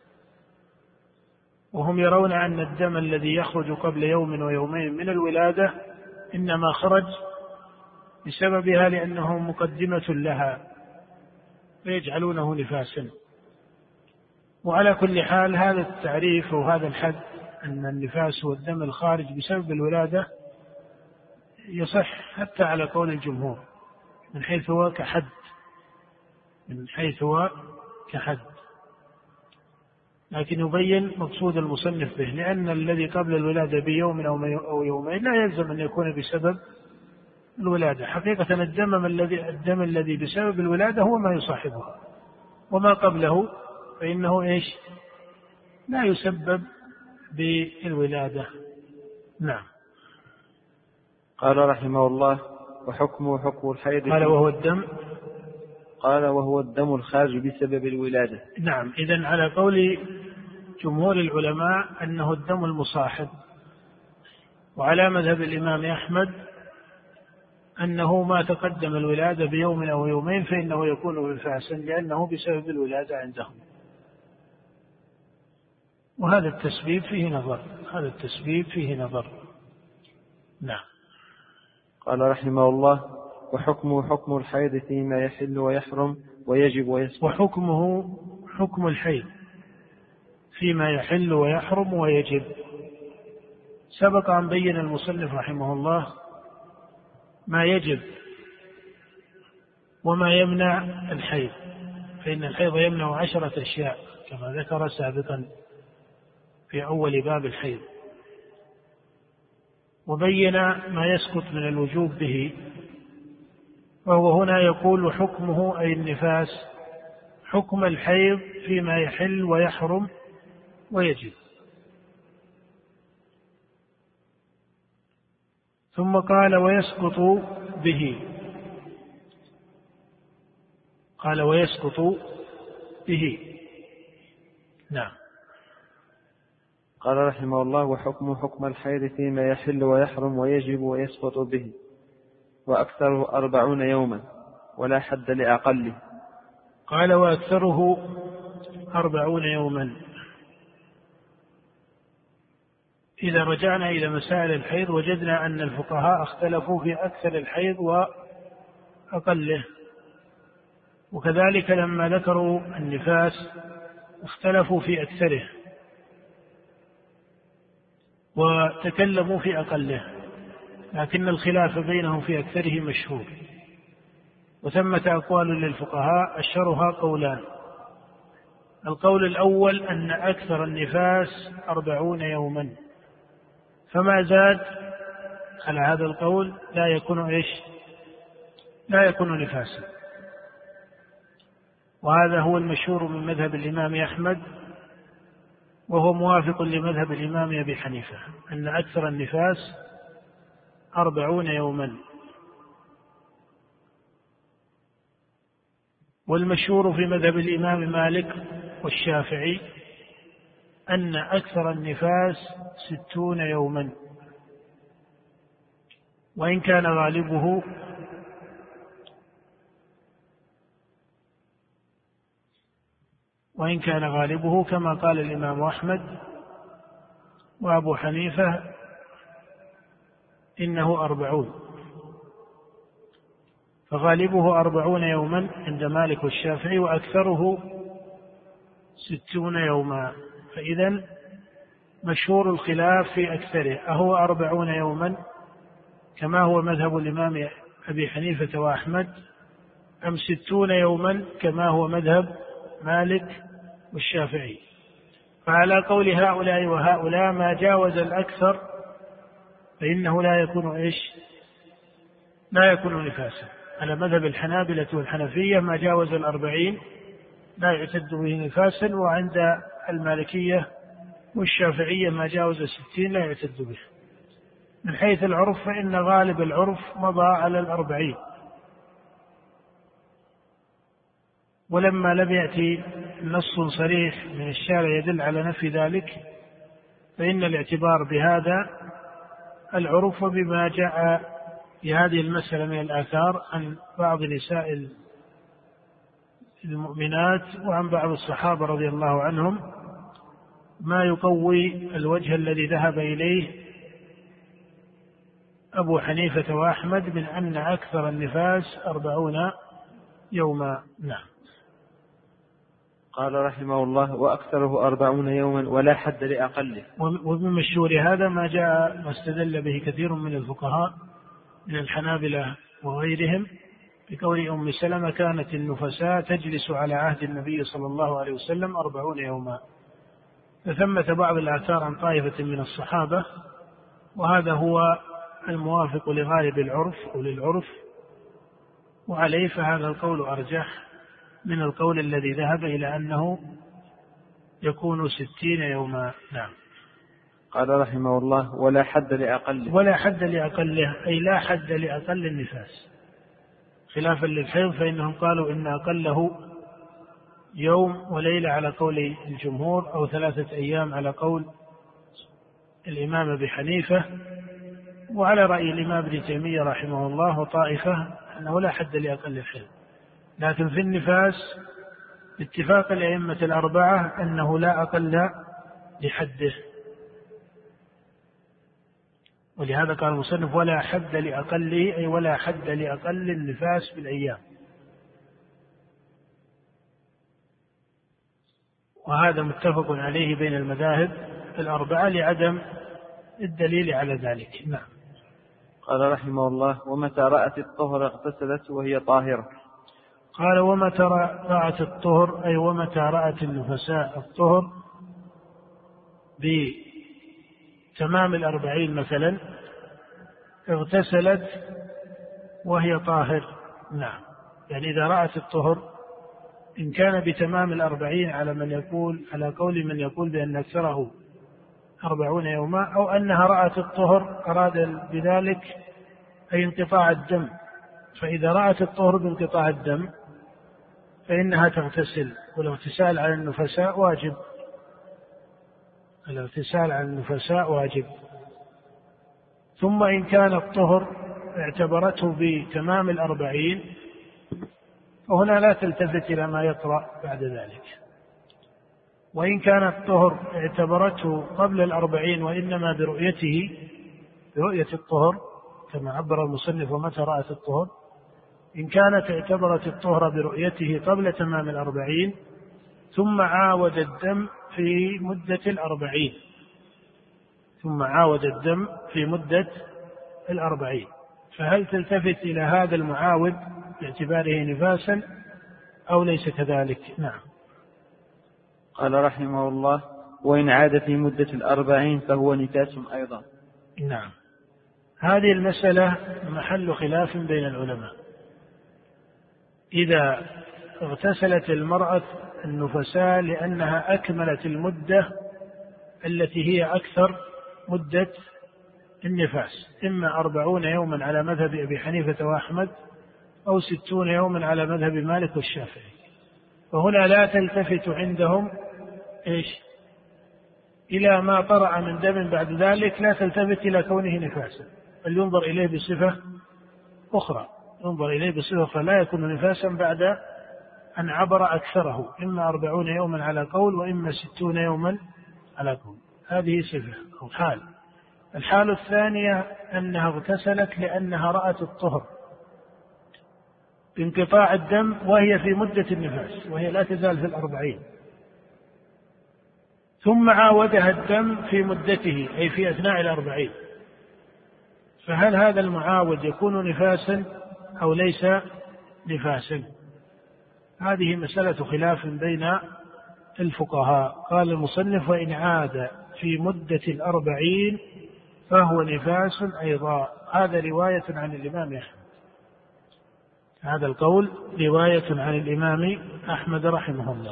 وهم يرون أن الدم الذي يخرج قبل يوم ويومين من الولادة إنما خرج بسببها لأنه مقدمة لها فيجعلونه نفاسا. وعلى كل حال هذا التعريف وهذا الحد أن النفاس هو الدم الخارج بسبب الولادة يصح حتى على قول الجمهور من حيث هو كحد من حيث هو كحد لكن يبين مقصود المصنف به، لأن الذي قبل الولادة بيوم أو يومين لا يلزم أن يكون بسبب الولادة. حقيقة الدم الذي الدم الذي بسبب الولادة هو ما يصاحبها، وما قبله فإنه إيش؟ لا يسبب بالولادة. نعم. قال رحمه الله: وحكمه حكم الحيض. قال وهو الدم قال وهو الدم الخارج بسبب الولادة. نعم. إذن على قول جمهور العلماء أنه الدم المصاحب، وعلى مذهب الإمام أحمد أنه ما تقدم الولادة بيوم أو يومين فإنه يكون نفاسا لأنه بسبب الولادة عندهم. وهذا التسبيب فيه نظر هذا التسبيب فيه نظر نعم. قال رحمه الله: وحكمه حكم الحيض فيما يحل ويحرم ويجب ويسقط. وحكمه حكم الحيض فيما يحل ويحرم ويجب. سبق أن بين المصنف رحمه الله ما يجب وما يمنع الحيض، فإن الحيض يمنع عشرة أشياء كما ذكر سابقا في أول باب الحيض، وبين ما يسقط من الوجوب به. وهو هنا يقول حكمه أي النفاس حكم الحيض فيما يحل ويحرم ويجب. ثم قال ويسقط به. قال ويسقط به. نعم. قال رحمه الله: وحكم حكم الحيض فيما يحل ويحرم ويجب ويسقط به، وأكثره أربعون يوما ولا حد لأقله. قال وأكثره أربعون يوما. إذا رجعنا إلى مسائل الحيض وجدنا أن الفقهاء اختلفوا في أكثر الحيض وأقله، وكذلك لما ذكروا النفاس اختلفوا في أكثره وتكلموا في أقله، لكن الخلاف بينهم في أكثره مشهور. وثمة أقوال للفقهاء أشهرها قولان: القول الأول أن أكثر النفاس أربعون يوما، فما زاد على هذا القول لا يكون إيش لا يكون نفاسا. وهذا هو المشهور من مذهب الإمام أحمد، وهو موافق لمذهب الإمام أبي حنيفة أن أكثر النفاس أربعون يوما. والمشهور في مذهب الإمام مالك والشافعي أن أكثر النفاس ستون يوما، وإن كان غالبه وإن كان غالبه كما قال الإمام أحمد وأبو حنيفة إنه أربعون، فغالبه أربعون يوما عند مالك والشافعي، وأكثره ستون يوما. فإذن مشهور الخلاف في أكثره، أهو أربعون يوما كما هو مذهب الإمام أبي حنيفة وأحمد، أم ستون يوما كما هو مذهب مالك والشافعي. فعلى قول هؤلاء وهؤلاء ما جاوز الأكثر فإنه لا يكون إيش لا يكون نفاسا. على مذهب الحنابلة والحنفية ما جاوز الأربعين لا يعتد به نفاسا، وعند المالكية والشافعية ما جاوز الستين لا يعتد به. من حيث العرف فإن غالب العرف مضى على الأربعين، ولما لم يأتي نص صريح من الشارع يدل على نفي ذلك فإن الاعتبار بهذا العرف بما جاء في هذه المسألة من الآثار عن بعض نساء المؤمنات وعن بعض الصحابة رضي الله عنهم، ما يقوي الوجه الذي ذهب إليه أبو حنيفة وأحمد من أن أكثر النفاس أربعون يوما. نعم. قال رحمه الله: وأكثره أربعون يوما ولا حد لأقله. ومن مشهور هذا ما جاء ما استدل به كثير من الفقهاء من الحنابلة وغيرهم بقول أم سلمة: كانت النفساء تجلس على عهد النبي صلى الله عليه وسلم أربعون يوما. فثمة بعض الآثار عن طائفة من الصحابة، وهذا هو الموافق لغالب العرف أو للعرف، وعليه فهذا القول أرجح من القول الذي ذهب إلى أنه يكون ستين يوما. نعم. قال رحمه الله: ولا حد لأقله. ولا حد لأقله أي لا حد لأقل النفاس، خلافا للحيض فإنهم قالوا إن أقله يوم وليلة على قول الجمهور، أو ثلاثة أيام على قول الإمام أبي حنيفة، وعلى رأي الإمام ابن تيمية رحمه الله وطائفة أنه لا حد لأقل الحيض. لكن في النفاس باتفاق الأئمة الأربعة أنه لا أقل لحده، ولهذا قال المصنف: ولا حد لأقله أي ولا حد لأقل النفاس بالأيام. وهذا متفق عليه بين المذاهب الأربعة لعدم الدليل على ذلك. نعم. قال رحمه الله: ومتى رأت الطهر اغتسلت وهي طاهرة. قال: ومتى رأت الطهر أي ومتى رأت النفساء الطهر بتمام الأربعين مثلا اغتسلت وهي طاهر. نعم، يعني إذا رأت الطهر إن كان بتمام الأربعين على من يقول على قول من يقول بأن أكثره أربعون يوما، أو أنها رأت الطهر أراد بذلك أي انقطاع الدم، فإذا رأت الطهر بانقطاع الدم فإنها تغتسل، والاغتسال على النفساء واجب، الاغتسال على النفساء واجب. ثم إن كان الطهر اعتبرته بتمام الأربعين فهنا لا تلتفت إلى ما يطرأ بعد ذلك. وإن كان الطهر اعتبرته قبل الأربعين وإنما برؤيته برؤية الطهر كما عبر المصنف: ومتى رأت الطهر، إن كانت اعتبرت الطهر برؤيته قبل تمام الأربعين ثم عاود الدم في مدة الأربعين ثم عاود الدم في مدة الأربعين فهل تلتفت إلى هذا المعاود باعتباره نفاسا أو ليس كذلك؟ نعم. قال رحمه الله: وإن عاد في مدة الأربعين فهو نفاس أيضا. نعم، هذه المسألة محل خلاف بين العلماء. إذا اغتسلت المرأة النفساء لأنها أكملت المدة التي هي أكثر مدة النفاس، إما أربعون يوما على مذهب أبي حنيفة وأحمد أو ستون يوما على مذهب مالك والشافعي، فهنا لا تلتفت عندهم إيش إلى ما طرأ من دم بعد ذلك، لا تلتفت إلى كونه نفاسا، بل ينظر إليه بصفة أخرى ينظر إليه بصفة أخرى لا يكون نفاسا بعد أن عبر أكثره، إما أربعون يوما على قول وإما ستون يوما على قول. هذه صفة أو حال. الحالة الثانية أنها اغتسلت لأنها رأت الطهر بانقطاع الدم وهي في مدة النفاس وهي لا تزال في الأربعين، ثم عاودها الدم في مدته أي في أثناء الأربعين، فهل هذا المعاود يكون نفاسا أو ليس نفاسا؟ هذه مسألة خلاف بين الفقهاء. قال المصنف: وإن عاد في مدة الأربعين فهو نفاس أيضا. هذا رواية عن الإمام أحمد، هذا القول رواية عن الإمام أحمد رحمه الله.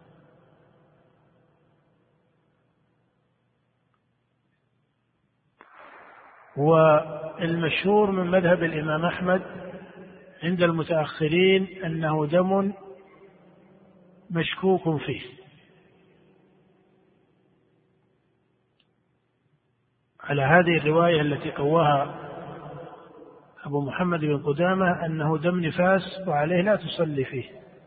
والمشهور من مذهب الإمام أحمد عند المتأخرين أنه دم مشكوك فيه، على هذه الرواية التي قواها أبو محمد بن قدامة أنه دم نفاس وعليه لا تصلي فيه.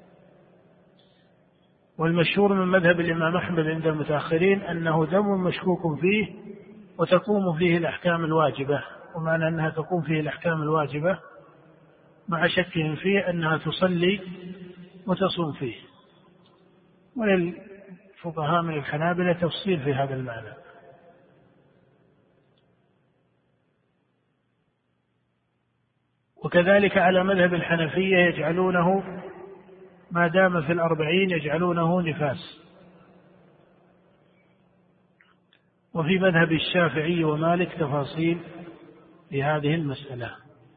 والمشهور من مذهب الإمام أحمد عند المتأخرين أنه دم مشكوك فيه وتقوم فيه الأحكام الواجبة، ومعنى أنها تقوم فيه الأحكام الواجبة مع شك فيه أنها تصلي وتصوم فيه. وللفقهاء من الحنابلة تفصيل في هذا المعنى. وكذلك على مذهب الحنفية يجعلونه ما دام في الأربعين يجعلونه نفاس. وفي مذهب الشافعي ومالك تفاصيل في هذه المسألة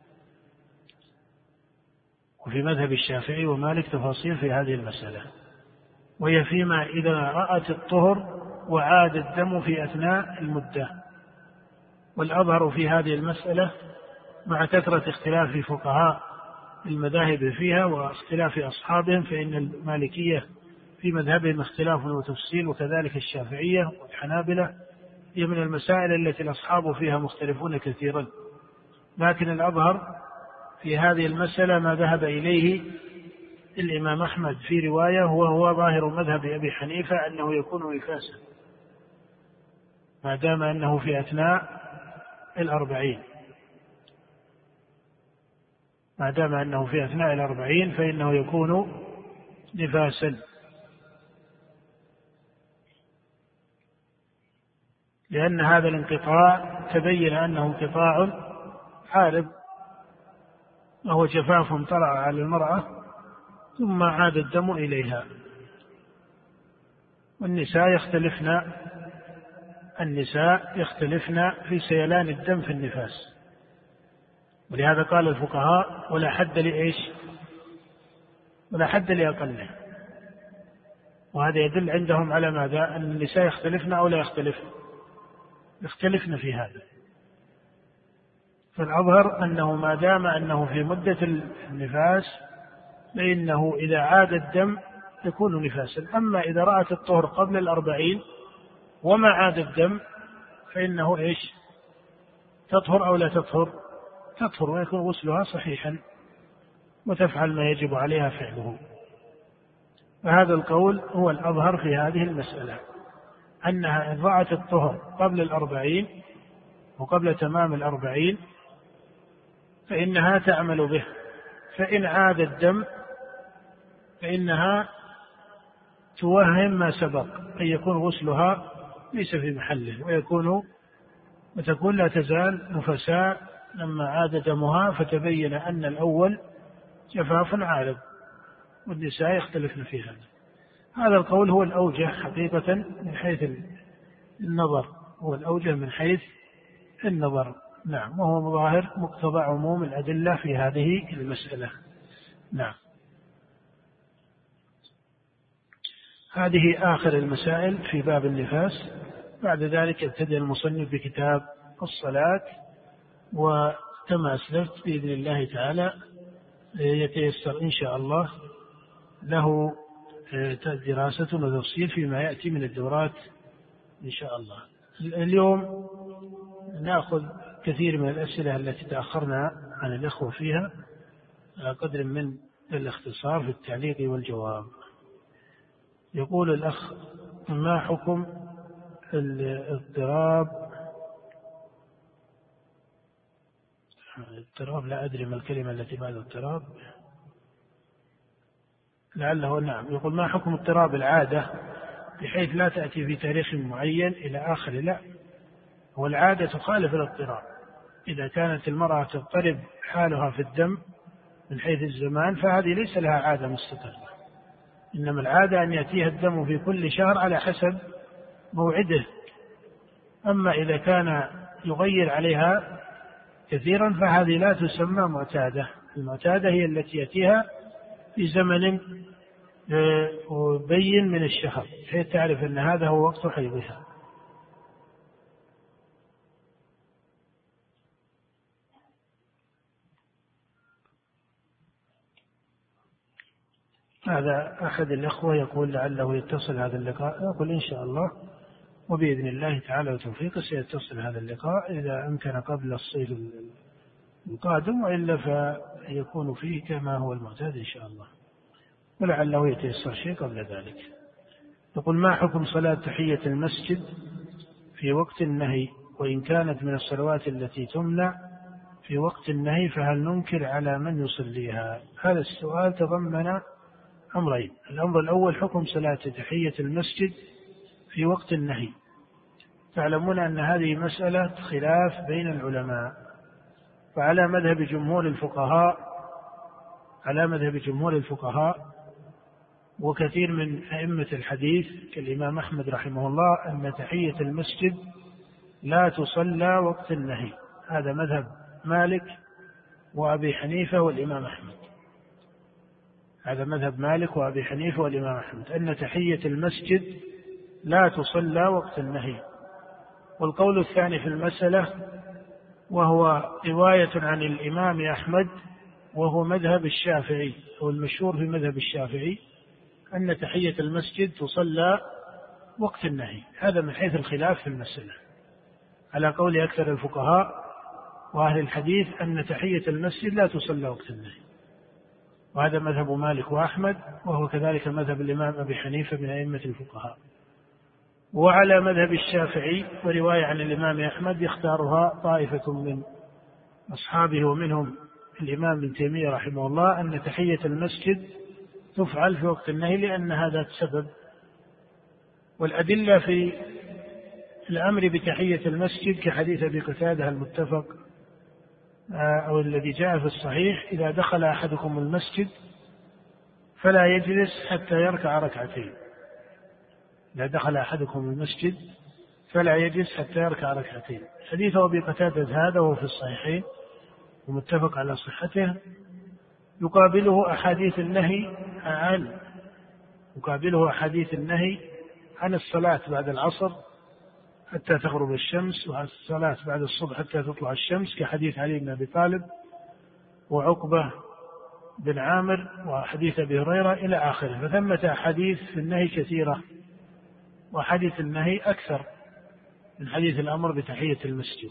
وفي مذهب الشافعي ومالك تفاصيل في هذه المسألة وهي فيما إذا رأت الطهر وعاد الدم في أثناء المدة. والأظهر في هذه المسألة مع كثرة اختلاف فقهاء المذاهب فيها واختلاف أصحابهم، فإن المالكية في مذهبهم اختلاف وتفصيل، وكذلك الشافعية والحنابلة، هي من المسائل التي الأصحاب فيها مختلفون كثيرا. لكن الأظهر في هذه المسألة ما ذهب إليه الإمام أحمد في رواية، وهو ظاهر مذهب أبي حنيفة، أنه يكون نفاسا ما دام أنه في أثناء الأربعين ما دام أنه في أثناء الأربعين فإنه يكون نفاسا، لأن هذا الانقطاع تبين أنه انقطاع عارض، وهو جفاف طلع على المرأة ثم عاد الدم إليها. والنساء يختلفن النساء يختلفن في سيلان الدم في النفاس، ولهذا قال الفقهاء ولا حد لإيش ولا حد لأقله. وهذا يدل عندهم على ماذا؟ أن النساء يختلفن أو لا يختلفن يختلفن في هذا. فالأظهر أنه ما دام أنه في مدة النفاس فإنه إذا عاد الدم يكون نفاسا. أما إذا رأت الطهر قبل الأربعين وما عاد الدم فإنه إيش تطهر أو لا تطهر تطهر، ويكون غسلها صحيحا وتفعل ما يجب عليها فعله. فهذا القول هو الأظهر في هذه المسألة، أنها إن رأت الطهر قبل الأربعين وقبل تمام الأربعين فإنها تعمل به، فإن عاد الدم فإنها توهم ما سبق أن يكون غسلها ليس في محله، ويكون وتكون لا تزال نفساء لما عاد دمها فتبين أن الأول جفاف عارض. والنساء يختلفن في هذا. هذا القول هو الأوجه حقيقة من حيث النظر، هو الأوجه من حيث النظر. نعم، وهو مظاهر مقتضى عموم الأدلة في هذه المسألة. نعم، هذه آخر المسائل في باب النفاس. بعد ذلك ابتدأ المصنف بكتاب الصلاة، وكما أسلفت بإذن الله تعالى يتيسر إن شاء الله له دراسة وتفصيل فيما يأتي من الدورات إن شاء الله. اليوم نأخذ كثير من الأسئلة التي تأخرنا عن الإخوة فيها على قدر من الاختصار في التعليق والجواب. يقول الأخ: ما حكم الاضطراب اضطراب لا أدري ما الكلمة التي بعد اضطراب لعله نعم يقول: ما حكم اضطراب العادة بحيث لا تأتي في تاريخ معين إلى آخر؟ لا، والعادة تخالف الاضطراب. إذا كانت المرأة تضطرب حالها في الدم من حيث الزمان فهذه ليس لها عادة مستقرة، إنما العادة أن يأتيها الدم في كل شهر على حسب موعده. أما إذا كان يغير عليها كثيرا فهذه لا تسمى معتادة. المعتادة هي التي يأتيها في زمن مبين من الشهر حيث تعرف أن هذا هو وقت حيضها. هذا أحد الأخوة يقول لعله يتصل هذا اللقاء. أقول إن شاء الله وبإذن الله تعالى وتوفيقه سيتصل هذا اللقاء إذا أمكن قبل الصيف القادم، وإلا فيكون فيه كما هو المعتاد إن شاء الله، ولعله يتيسر شيء قبل ذلك. يقول: ما حكم صلاة تحية المسجد في وقت النهي، وإن كانت من الصلوات التي تمنع في وقت النهي فهل ننكر على من يصليها؟ هذا السؤال تضمن أمرين. الأمر الأول: حكم صلاة تحية المسجد في وقت النهي. تعلمون أن هذه مسألة خلاف بين العلماء، وعلى مذهب جمهور الفقهاء على مذهب جمهور الفقهاء وكثير من أئمة الحديث كالإمام أحمد رحمه الله أن تحية المسجد لا تصلى وقت النهي. هذا مذهب مالك وأبي حنيفة والإمام أحمد. هذا مذهب مالك وأبي حنيفة والإمام أحمد أن تحية المسجد لا تصلى وقت النهي. والقول الثاني في المسألة وهو رواية عن الإمام أحمد وهو مذهب الشافعي أو المشهور في مذهب الشافعي أن تحية المسجد تصلى وقت النهي. هذا من حيث الخلاف في المسألة، على قول أكثر الفقهاء وأهل الحديث أن تحية المسجد لا تصلى وقت النهي، وهذا مذهب مالك وأحمد، وهو كذلك مذهب الإمام أبي حنيفة من أئمة الفقهاء. وعلى مذهب الشافعي ورواية عن الإمام أحمد يختارها طائفة من أصحابه ومنهم الإمام ابن تيمية رحمه الله أن تحية المسجد تفعل في وقت النهي لأن هذا سبب. والأدلة في الأمر بتحية المسجد كحديث أبي قتادة المتفق أو الذي جاء في الصحيح: إذا دخل أحدكم المسجد فلا يجلس حتى يركع ركعتين. إذا دخل أحدكم المسجد فلا يجلس حتى يركع ركعتين. حديث أبي قتادة هذا وهو في الصحيحين ومتفق على صحته، يقابله أحاديث النهي عن يقابله أحاديث النهي عن الصلاة بعد العصر حتى تغرب الشمس، وعن الصلاة بعد الصبح حتى تطلع الشمس، كحديث علي بن أبي طالب وعقبة بن عامر وحديث أبي هريرة إلى آخره. فثمة أحاديث في النهي كثيرة، وحديث النهي أكثر من حديث الأمر بتحية المسجد.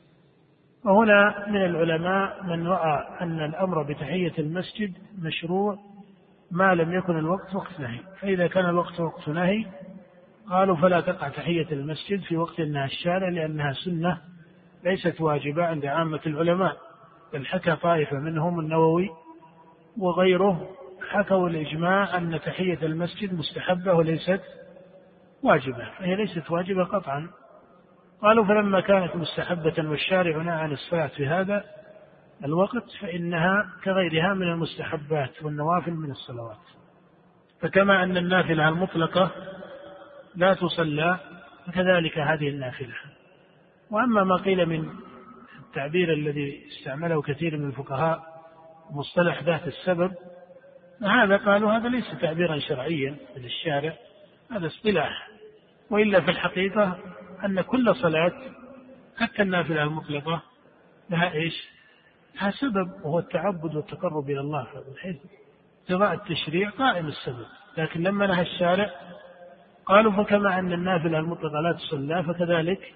وهنا من العلماء من رأى أن الأمر بتحية المسجد مشروع ما لم يكن الوقت وقت نهي، فإذا كان الوقت وقت نهي قالوا فلا تقع تحية المسجد في وقت النهي الشارع، لأنها سنة ليست واجبة عند عامة العلماء. بل حكى طائفة منهم النووي وغيره حكوا الإجماع أن تحية المسجد مستحبة وليست واجبة، فهي ليست واجبة قطعا. قالوا فلما كانت مستحبة والشارع نهى عن الصلاة في هذا الوقت فإنها كغيرها من المستحبات والنوافل من الصلوات. فكما أن النافلة المطلقة لا تصلى فكذلك هذه النافلة. وأما ما قيل من التعبير الذي استعمله كثير من الفقهاء مصطلح ذات السبب، هذا قالوا هذا ليس تعبيرا شرعيا للشارع، هذا اصطلاح. وإلا في الحقيقة أن كل صلاة حتى النافلة المطلقة لها إيش؟ لها سبب، وهو التعبد والتقرب إلى الله، من حيث اقتضاء التشريع قائم السبب. لكن لما نهى الشارع قالوا فكما أن النافلة المطلقة لا تصلى فكذلك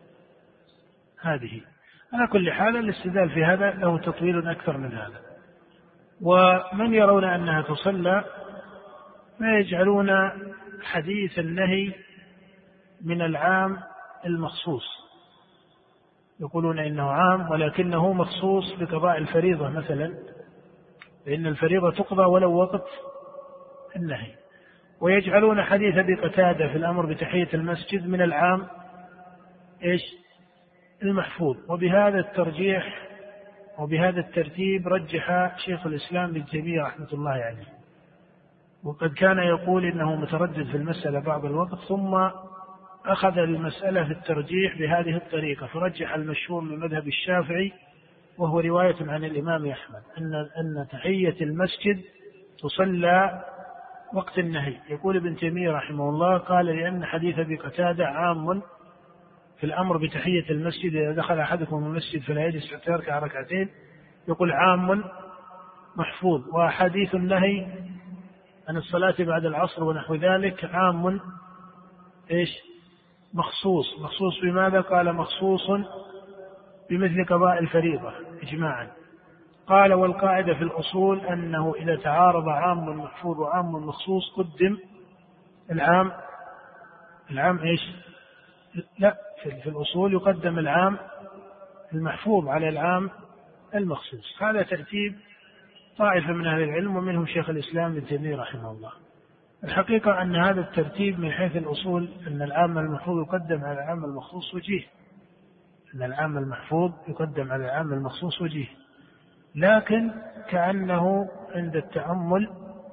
هذه. على كل حال الاستدلال في هذا له تطويل أكثر من هذا. ومن يرون أنها تصلى فيجعلون حديث النهي من العام المخصوص، يقولون إنه عام ولكنه مخصوص بقضاء الفريضة مثلا، لأن الفريضة تقضى ولو وقت النهي. ويجعلون حديث أبي قتادة في الأمر بتحية المسجد من العام إيش؟ المحفوظ. وبهذا الترجيح وبهذا الترتيب رجح شيخ الإسلام ابن تيمية رحمة الله عليه، وقد كان يقول إنه متردد في المسألة بعض الوقت، ثم أخذ المسألة في الترجيح بهذه الطريقة، فرجح المشهور من مذهب الشافعي وهو رواية عن الإمام أحمد أن أن تحية المسجد تصلى وقت النهي. يقول ابن تيمية رحمه الله قال لأن حديث أبي قتادة عام في الأمر بتحية المسجد، إذا دخل أحدكم المسجد فلا يجلس حتى يركع ركعتين، يقول عام محفوظ. وحديث النهي عن الصلاة بعد العصر ونحو ذلك عام إيش؟ مخصوص. مخصوص بماذا؟ قال مخصوص بمثل قضاء الفريضة إجماعا. قال والقاعدة في الأصول أنه إذا تعارض عام محفوظ وعام مخصوص قدم العام العام إيش؟ لا، في الأصول يقدم العام المحفوظ على العام المخصوص. هذا ترتيب طائفة من أهل العلم ومنهم شيخ الإسلام ابن تيمية رحمه الله. الحقيقة أن هذا الترتيب من حيث الأصول أن العام المحفوظ يقدم على العام المخصوص وجيه، أن العام المحفوظ يقدم على العام المخصوص وجيه، لكن كأنه عند التأمل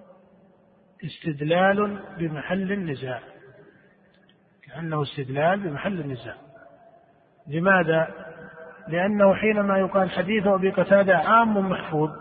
استدلال بمحل النزاع، كأنه استدلال بمحل النزاع. لماذا؟ لأنه حينما يقال حديث أبي قتادة عام محفوظ،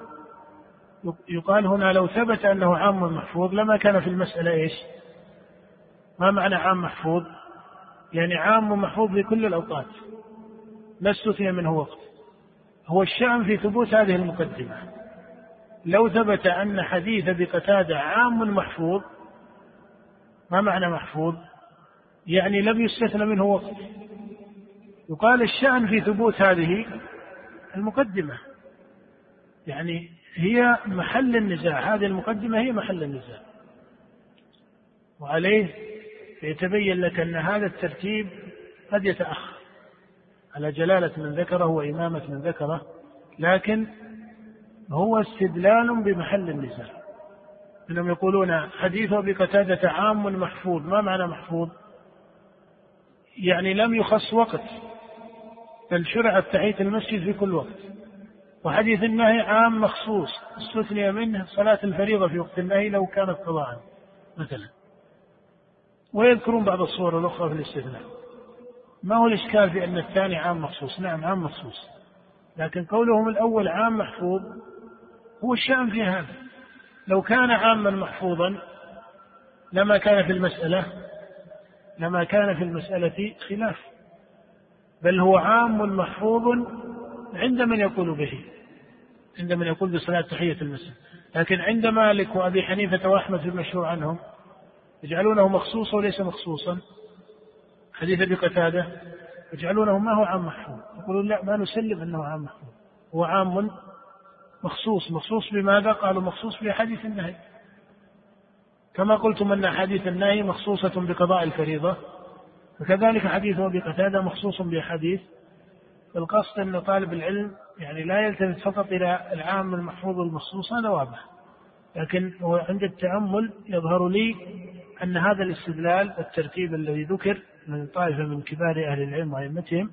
يقال هنا لو ثبت أنه عام محفوظ لما كان في المسألة إيش؟ ما معنى عام محفوظ؟ يعني عام محفوظ لكل الأوقات لا استثني منه وقت. هو الشأن في ثبوت هذه المقدمة. لو ثبت أن حديث أبي قتادة عام محفوظ، ما معنى محفوظ؟ يعني لم يستثنى منه وقت، يقال الشأن في ثبوت هذه المقدمة، يعني هي محل النزاع، هذه المقدمة هي محل النزاع، وعليه يتبين لك أن هذا الترتيب قد يتأخر على جلالة من ذكره وإمامة من ذكره، لكن هو استدلال بمحل النزاع. إنهم يقولون حديث أبي قتادة عام محفوظ، ما معنى محفوظ؟ يعني لم يخص وقت، بل شرعت تحية المسجد في كل وقت. وحديث النهي عام مخصوص، استثني منه صلاة الفريضة في وقت النهي لو كانت قضاء مثلا. ويذكرون بعض الصور الأخرى في الاستثناء. ما هو الإشكال في أن الثاني عام مخصوص؟ نعم عام مخصوص، لكن قولهم الأول عام محفوظ هو الشأن في هذا. لو كان عاما محفوظا لما كان في المسألة لما كان في المسألة خلاف، بل هو عام محفوظ عند من يقول به، عند من يقول بصلاة تحية المسجد. لكن عند مالك وأبي حنيفة وأحمد المشهور عنهم يجعلونه مخصوصا وليس مخصوصا. حديث أبي قتادة يجعلونه ما هو عام محفوظ، يقولون لا، ما نسلم أنه عام محفوظ، هو عام مخصوص. مخصوص بماذا؟ قالوا مخصوص بحديث النهي، كما قلتم أن حديث النهي مخصوصة بقضاء الفريضة، وكذلك حديث أبي قتادة مخصوص بحديث. القصد أن طالب العلم يعني لا يلتفت فقط إلى العام المحفوظ والمخصوص، هذا واضح، لكن هو عند التأمل يظهر لي أن هذا الاستدلال والترتيب الذي ذكر من طائفة من كبار أهل العلم وأئمتهم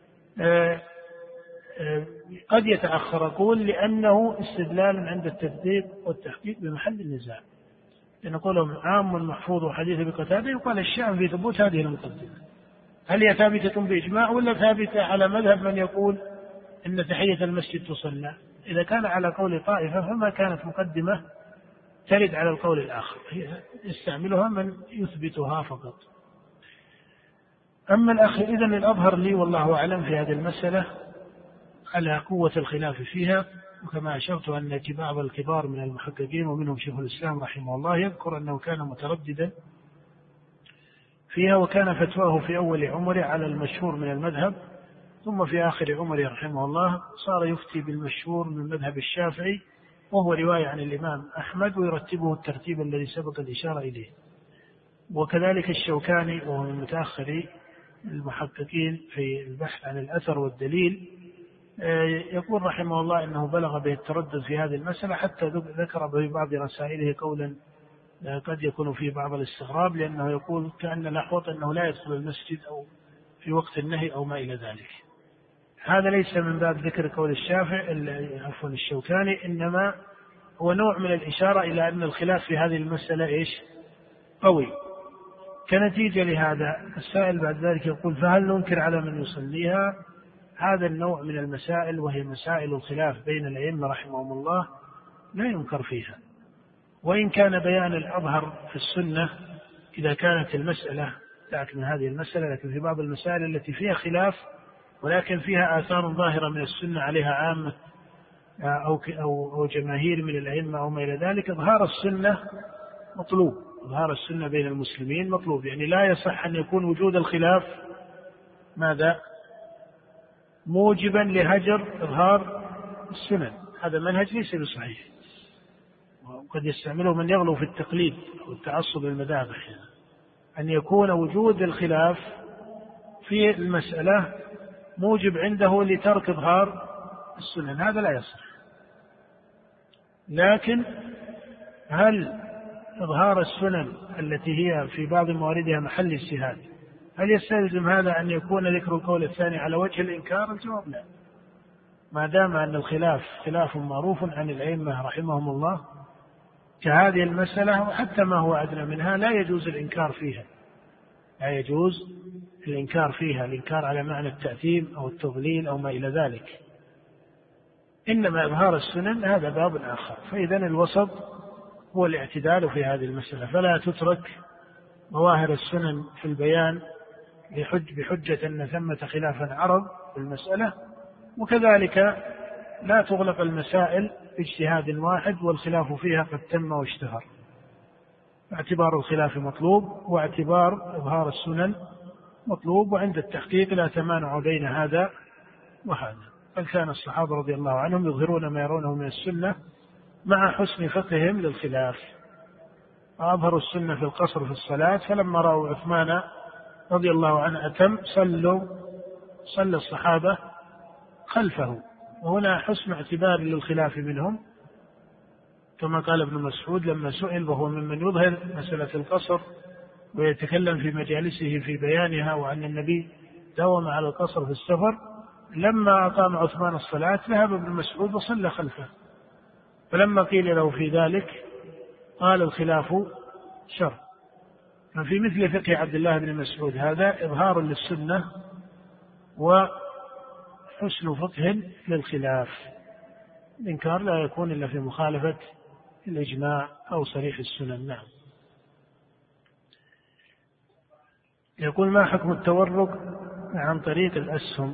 قد يتأخر، أقول لأنه استدلال عند التدقيق والتحقيق بمحل النزاع. لأن قولهم عام محفوظ وحديث أبي قتادة يقال الشأن في ثبوت هذه المقدمة، هل هي ثابتة بإجماع ولا ثابتة على مذهب من يقول إن تحية المسجد تصلى؟ إذا كان على قول طائفة فما كانت مقدمة ترد على القول الآخر، يستعملها من يثبتها فقط. أما الأخ إذن الأظهر لي والله أعلم في هذه المسألة على قوة الخلاف فيها، وكما أشرت أن بعض الكبار من المحققين ومنهم شيخ الإسلام رحمه الله يذكر أنه كان مترددا فيها، وكان فتواه في أول عمره على المشهور من المذهب، ثم في آخر عمره رحمه الله صار يفتي بالمشهور من مذهب الشافعي، وهو رواية عن الإمام أحمد، ويرتبه الترتيب الذي سبق الإشارة إليه. وكذلك الشوكاني وهو من متأخر المحققين في البحث عن الأثر والدليل يقول رحمه الله أنه بلغ به التردد في هذه المسألة، حتى ذكر به بعض رسائله قولا قد يكون فيه بعض الاستغراب، لأنه يقول كأن الأحوط أنه لا يدخل المسجد أو في وقت النهي أو ما إلى ذلك. هذا ليس من باب ذكر قول الشافعي عفوا الشوكاني، إنما هو نوع من الإشارة إلى أن الخلاف في هذه المسألة إيش قوي. كنتيجة لهذا السائل بعد ذلك يقول فهل ننكر على من يصليها؟ هذا النوع من المسائل وهي مسائل الخلاف بين الأئمة رحمهم الله لا ينكر فيها، وإن كان بيان الأظهر في السنة إذا كانت المسألة تأتي من هذه المسألة، لكن في بعض المسائل التي فيها خلاف ولكن فيها آثار ظاهرة من السنة عليها عامة أو أو جماهير من الأئمة أو ما إلى ذلك، إظهار السنة مطلوب، إظهار السنة بين المسلمين مطلوب. يعني لا يصح أن يكون وجود الخلاف ماذا موجبا لهجر إظهار السنن، هذا منهج ليس بصحيح، وقد يستعمله من يغلو في التقليد والتعصب للمذاهب أحيانا، أن يكون وجود الخلاف في المسألة موجب عنده لترك إظهار السنن، هذا لا يصح. لكن هل إظهار السنن التي هي في بعض مواردها محل اجتهاد هل يستلزم هذا أن يكون ذكر القول الثاني على وجه الإنكار؟ الجواب لا، ما دام أن الخلاف خلاف معروف عن الأئمة رحمهم الله كهذه المسألة، وحتى ما هو أدنى منها لا يجوز الإنكار فيها، لا يجوز الإنكار فيها، الإنكار على معنى التأثيم أو التضليل أو ما إلى ذلك، إنما إظهار السنن هذا باب آخر. فإذن الوسط هو الاعتدال في هذه المسألة، فلا تترك ظواهر السنن في البيان بحج بحجة أن ثمة خلافا عرض في المسألة، وكذلك لا تغلق المسائل باجتهاد واحد والخلاف فيها قد تم واشتهر، اعتبار الخلاف مطلوب واعتبار إظهار السنن مطلوب، وعند التحقيق لا تمانع بين هذا وهذا. بل كان الصحابة رضي الله عنهم يظهرون ما يرونه من السنة مع حسن فقههم للخلاف، وأظهروا السنة في القصر في الصلاة، فلما رأوا عثمان رضي الله عنه أتم صلوا صلى الصحابة خلفه، وهنا حسن اعتبار للخلاف منهم، كما قال ابن مسعود لما سئل وهو ممن يظهر مسألة القصر ويتكلم في مجالسه في بيانها وأن النبي داوم على القصر في السفر، لما أقام عثمان الصلاة ذهب ابن مسعود وصلى خلفه، فلما قيل له في ذلك قال الخلاف شر. ففي مثل فقه عبد الله بن مسعود هذا إظهار للسنة وحسن فقه للخلاف، الإنكار لا يكون إلا في مخالفة الإجماع أو صريح السنن. نعم. يقول ما حكم التورق عن طريق الأسهم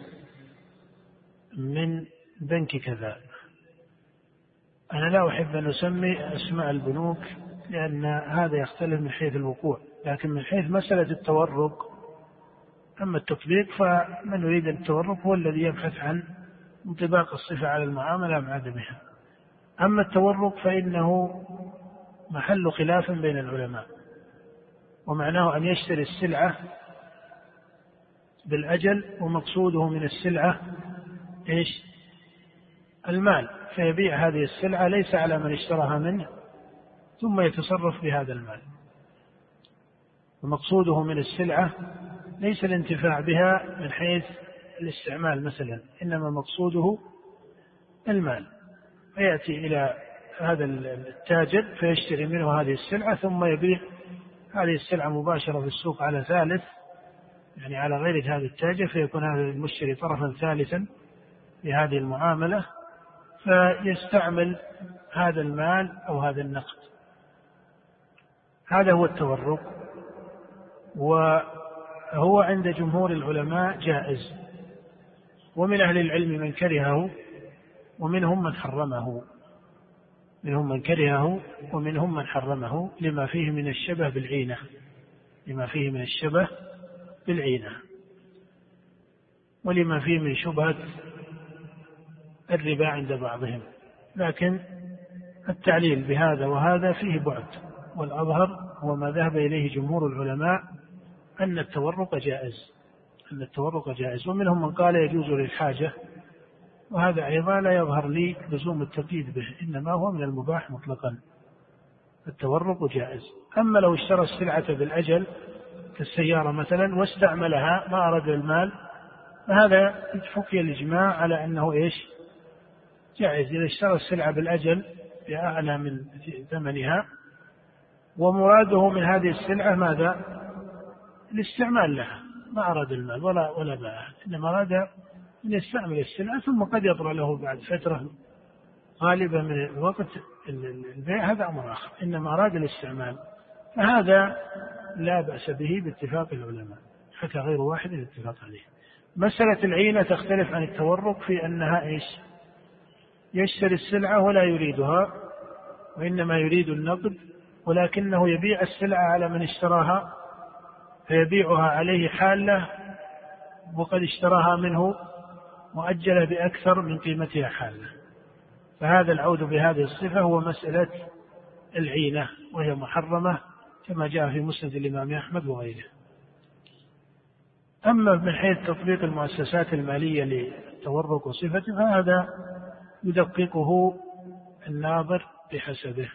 من بنك كذا؟ أنا لا أحب أن أسمي أسماء البنوك لأن هذا يختلف من حيث الوقوع، لكن من حيث مسألة التورق أما التطبيق فمن يريد التورق هو الذي يبحث عن انطباق الصفة على المعاملة مع عدمها. أما التورق فإنه محل خلاف بين العلماء، ومعناه أن يشتري السلعة بالأجل ومقصوده من السلعة إيش؟ المال، فيبيع هذه السلعة ليس على من اشتراها منه ثم يتصرف بهذا المال، ومقصوده من السلعة ليس الانتفاع بها من حيث الاستعمال مثلا، إنما مقصوده المال، فيأتي إلى هذا التاجر فيشتري منه هذه السلعة ثم يبيع هذه السلعة مباشرة في السوق على ثالث، يعني على غير هذا التاجر، فيكون هذا المشتري طرفا ثالثا لهذه المعاملة، فيستعمل هذا المال أو هذا النقد. هذا هو التورق، وهو عند جمهور العلماء جائز، ومن أهل العلم من كرهه ومنهم من حرمه، منهم من كرهه ومنهم من حرمه لما فيه من الشبه بالعينة، لما فيه من الشبه بالعينة ولما فيه من شبهة الربا عند بعضهم، لكن التعليل بهذا وهذا فيه بعد، والأظهر هو ما ذهب إليه جمهور العلماء أن التورق جائز، أن التورق جائز، ومنهم من قال يجوز للحاجة، وهذا أيضا لا يظهر لي لزوم التقييد به، إنما هو من المباح مطلقا، التورق جائز. أما لو اشترى السلعة بالأجل كالسيارة مثلا واستعملها ما أراد المال، فهذا حكي الإجماع على أنه إيش؟ جائز، إذا اشترى السلعة بالأجل بأعلى من ثمنها ومراده من هذه السلعة ماذا؟ الاستعمال لها، ما أراد المال ولا ولا باعها، إنما أراد أن يستعمل السلعة، ثم قد يطرأ له بعد فترة غالبا من الوقت البيع، هذا أمر آخر، إنما أراد الاستعمال، فهذا لا بأس به باتفاق العلماء، حكى غير واحد الاتفاق عليه. مسألة العينة تختلف عن التورق في أنها إيش؟ يشتري السلعة ولا يريدها وإنما يريد النقد، ولكنه يبيع السلعة على من اشتراها فيبيعها عليه حالة وقد اشتراها منه مؤجلة بأكثر من قيمتها حالة، فهذا العود بهذه الصفة هو مسألة العينة، وهي محرمة كما جاء في مسند الإمام أحمد وغيره. أما من حيث تطبيق المؤسسات المالية للتورق وصفته فهذا يدققه الناظر بحسبه.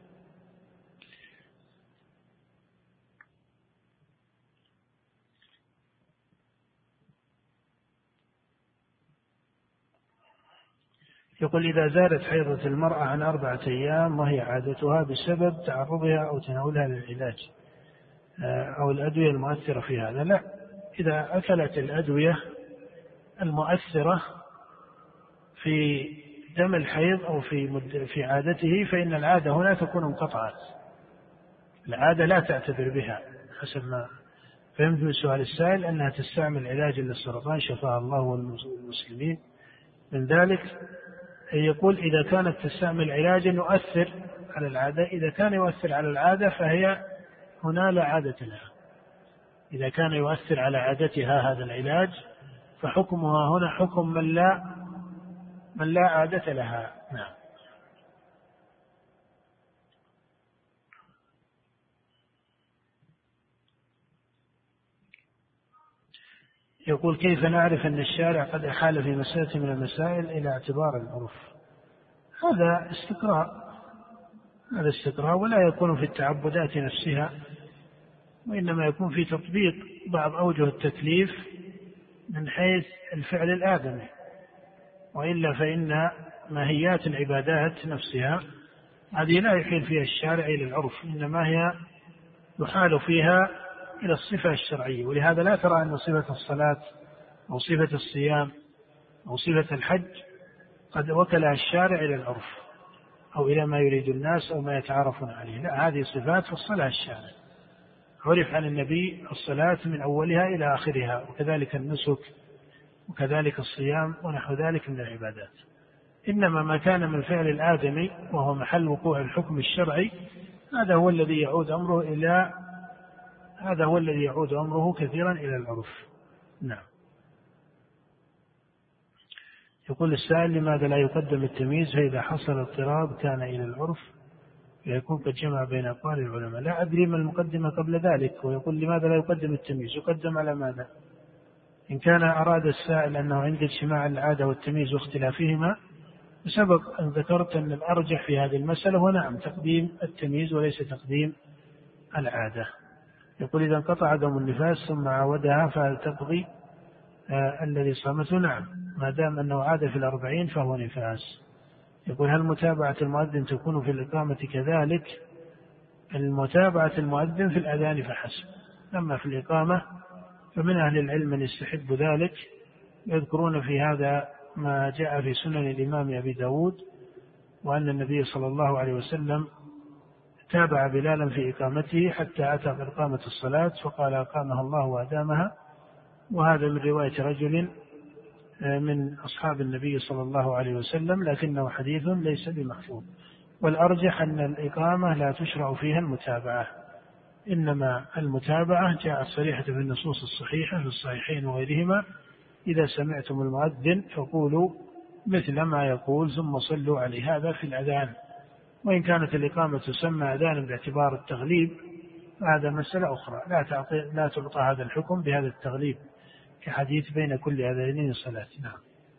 يقول إذا زادت حيضة المرأة عن أربعة أيام وهي عادتها بسبب تعرضها أو تناولها للعلاج أو الأدوية المؤثرة في هذا، لا، إذا أكلت الأدوية المؤثرة في دم الحيض أو في مد... في عادته فإن العادة هنا تكون انقطعت، العادة لا تعتبر بها، حسب ما فهمت من سؤال السائل أنها تستعمل علاج للسرطان شفاها الله والمسلمين من ذلك. يقول إذا كانت تستعمل علاجا يؤثر على العادة، إذا كان يؤثر على العادة فهي هنا لا عادة لها. إذا كان يؤثر على عادتها هذا العلاج فحكمها هنا حكم من لا من لا عادة لها. نعم. يقول كيف نعرف أن الشارع قد أحال في مسألة من المسائل إلى اعتبار العرف؟ هذا استقراء هذا استقراء ولا يكون في التعبدات نفسها، وإنما يكون في تطبيق بعض أوجه التكليف من حيث الفعل الآدمي، وإلا فإن ماهيات العبادات نفسها هذه لا يحيل فيها الشارع إلى العرف، إنما هي يحال فيها إلى الصفة الشرعية. ولهذا لا ترى أن صفة الصلاة أو صفة الصيام أو صفة الحج قد وكلها الشارع إلى العرف أو إلى ما يريد الناس أو ما يتعارفون عليه، لا، هذه صفات فصلها الشارع. عرف عن النبي الصلاة من أولها إلى آخرها، وكذلك النسك وكذلك الصيام ونحو ذلك من العبادات. إنما ما كان من فعل الآدمي وهو محل وقوع الحكم الشرعي هذا هو الذي يعود أمره إلى هذا هو الذي يعود أمره كثيرا إلى العرف. نعم. يقول السائل لماذا لا يقدم التمييز فإذا حصل اضطراب كان إلى العرف ويكون قد جمع بين أقوال العلماء؟ لا أدري ما المقدمة قبل ذلك. ويقول لماذا لا يقدم التمييز؟ يقدم على ماذا؟ إن كان أراد السائل أنه عند اجتماع العادة والتمييز واختلافهما، سبق أن ذكرت أن الأرجح في هذه المسألة هو نعم تقديم التمييز وليس تقديم العادة. يقول إذا انقطع دم النفاس ثم عاودها فهل تقضي آه الذي صامته؟ نعم، ما دام أنه عاد في الأربعين فهو نفاس. يقول هل متابعة المؤذن تكون في الإقامة كذلك؟ المتابعة المؤذن في الأذان فحسب، أما في الإقامة فمن أهل العلم من يستحب ذلك. يذكرون في هذا ما جاء في سنن الإمام أبي داود، وأن النبي صلى الله عليه وسلم تابع بلالا في إقامته حتى أتى بإقامة الصلاة فقال أقامها الله وأدامها، وهذا من رواية رجل من أصحاب النبي صلى الله عليه وسلم، لكنه حديث ليس بمحفوظ. والأرجح أن الإقامة لا تشرع فيها المتابعة، إنما المتابعة جاءت صريحة في النصوص الصحيحة في الصحيحين وغيرهما: إذا سمعتم المؤذن فقولوا مثل ما يقول ثم صلوا عليه. هذا في الأذان، وإن كانت الإقامة تسمى أذانا باعتبار التغليب فهذا مسألة أخرى، لا تعطي لا تعطى هذا الحكم بهذا التغليب كحديث بين كل أذانين صلاة. نعم.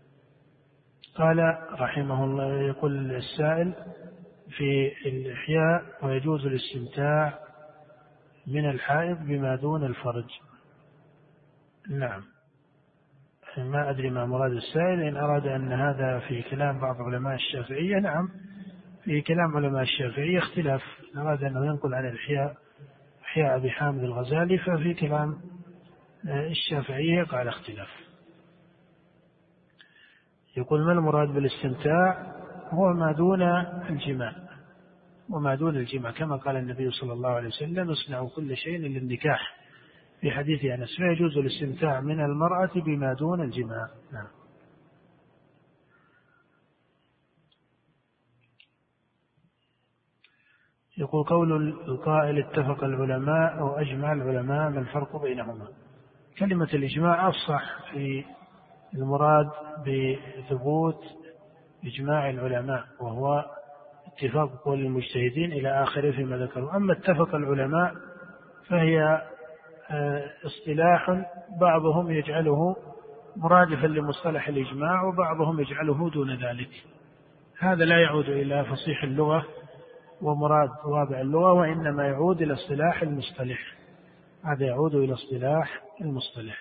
قال رحمه الله، يقول السائل في الإحياء ويجوز الاستمتاع من الحائض بما دون الفرج. نعم، ما أدري ما مراد السائل. إن أراد أن هذا في كلام بعض علماء الشافعية، نعم، في كلام علماء الشافعية اختلاف. إن أراد أنه ينقل عن الإحياء إحياء أبي حامد الغزالي ففي كلام الشافعية قال اختلاف. يقول ما المراد بالاستمتاع؟ هو ما دون الجماع، وما دون الجماع كما قال النبي صلى الله عليه وسلم: اصنعوا كل شيء للنكاح، في حديث أنس. فيجوز الاستمتاع من المرأة بما دون الجماع. نعم. يقول قول القائل اتفق العلماء أو أجمع العلماء، ما الفرق بينهما؟ كلمة الإجماع أفصح في المراد بثبوت إجماع العلماء، وهو اتفاق قول المجتهدين إلى آخره فيما ذكروا. أما اتفق العلماء فهي اصطلاح بعضهم يجعله مرادفا لمصطلح الإجماع وبعضهم يجعله دون ذلك. هذا لا يعود إلى فصيح اللغة ومراد واضع اللغة، وإنما يعود إلى اصطلاح المصطلح. هذا يعود إلى اصطلاح المصطلح.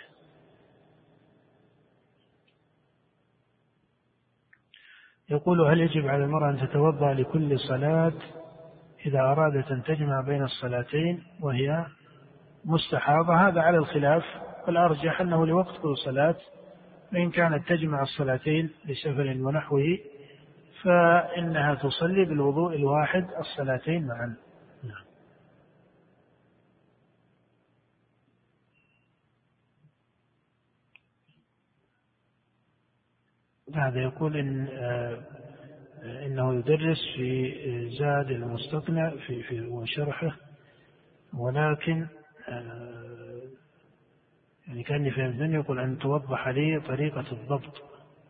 يقول هل يجب على المرأة أن تتوضأ لكل صلاة إذا أرادت أن تجمع بين الصلاتين وهي مستحاضة؟ هذا على الخلاف، والأرجح أنه لوقت كل صلاة، فإن كانت تجمع الصلاتين لسفر ونحوه فإنها تصلي بالوضوء الواحد الصلاتين معا. هذا يقول إن إنه يدرس في زاد المستقنع في في وشرحه، ولكن يعني كأني فهمت منه يقول أن توضح لي طريقة الضبط.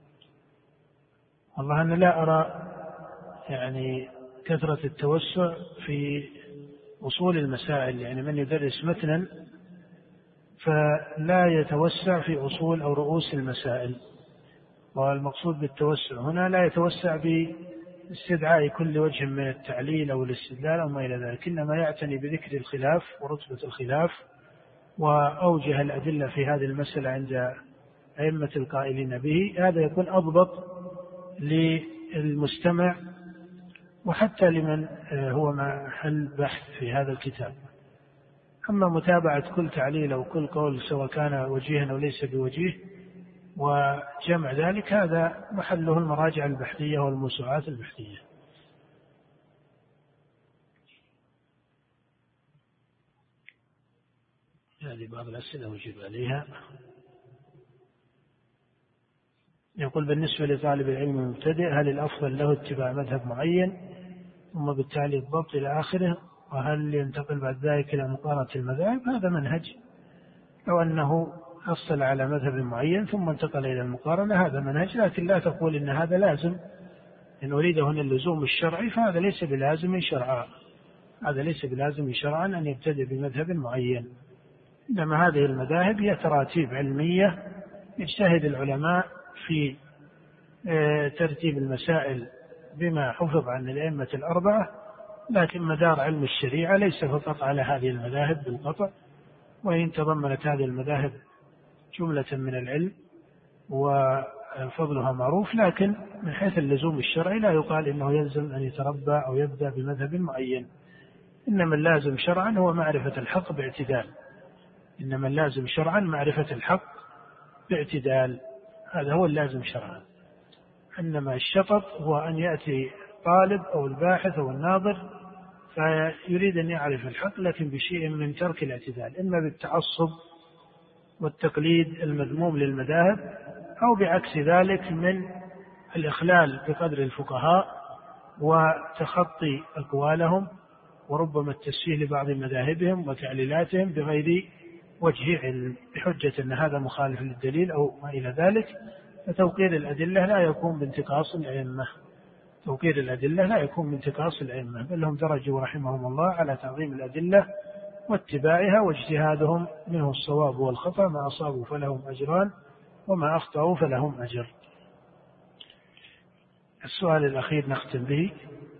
والله أنا لا أرى يعني كثرة التوسع في أصول المسائل، يعني من يدرس متنا فلا يتوسع في أصول أو رؤوس المسائل، والمقصود بالتوسع هنا لا يتوسع باستدعاء كل وجه من التعليل أو الاستدلال أو ما إلى ذلك، إنما يعتني بذكر الخلاف ورتبة الخلاف وأوجه الأدلة في هذه المسألة عند أئمة القائلين به. هذا يكون أضبط للمستمع وحتى لمن هو محل بحث في هذا الكتاب. أما متابعة كل تعليل أو كل قول سواء كان وجيها أو ليس بوجيه وجمع ذلك، هذا محله المراجع البحثية والموسوعات البحثية. هذه بعض الأسئلة أجيب عليها. يقول بالنسبة لطالب العلم المبتدئ هل الأفضل له اتباع مذهب معين ثم بالتالي الضبط إلى آخره، وهل ينتقل بعد ذلك إلى مقارنة المذاهب؟ هذا منهج. لو أنه أصل على مذهب معين ثم انتقل إلى المقارنة هذا منهج، لكن لا تقول إن هذا لازم، إن أريد هنا اللزوم الشرعي فهذا ليس بلازم شرعا، هذا ليس بلازم شرعا أن يبتدئ بمذهب معين، إنما هذه المذاهب هي تراتيب علمية يجتهد العلماء في ترتيب المسائل بما حفظ عن الأئمة الأربعة، لكن مدار علم الشريعة ليس فقط على هذه المذاهب بالقطع، وإن تضمنت هذه المذاهب جملة من العلم وفضلها معروف، لكن من حيث اللزوم الشرعي لا يقال إنه يلزم أن يتربى أو يبدأ بمذهب معين، إنما اللازم شرعا هو معرفة الحق باعتدال، إنما اللازم شرعا معرفة الحق باعتدال، هذا هو اللازم شرعا. إنما الشطط هو أن يأتي طالب أو الباحث أو الناظر فيريد أن يعرف الحق لكن بشيء من ترك الاعتدال، إما بالتعصب والتقليد المذموم للمذاهب، أو بعكس ذلك من الإخلال بقدر الفقهاء وتخطي أقوالهم وربما التسفيه لبعض مذاهبهم وتعليلاتهم بغير وجه علم بحجة أن هذا مخالف للدليل أو ما إلى ذلك. فتوقير الأدلة لا يكون بانتقاص الأئمة، توقير الأدلة لا يكون بانتقاص الأئمة، بل هم درجوا رحمهم الله على تعظيم الأدلة واتباعها واجتهادهم منه الصواب والخطأ، ما أصابوا فلهم أجران وما أخطأوا فلهم أجر. السؤال الأخير نختم به.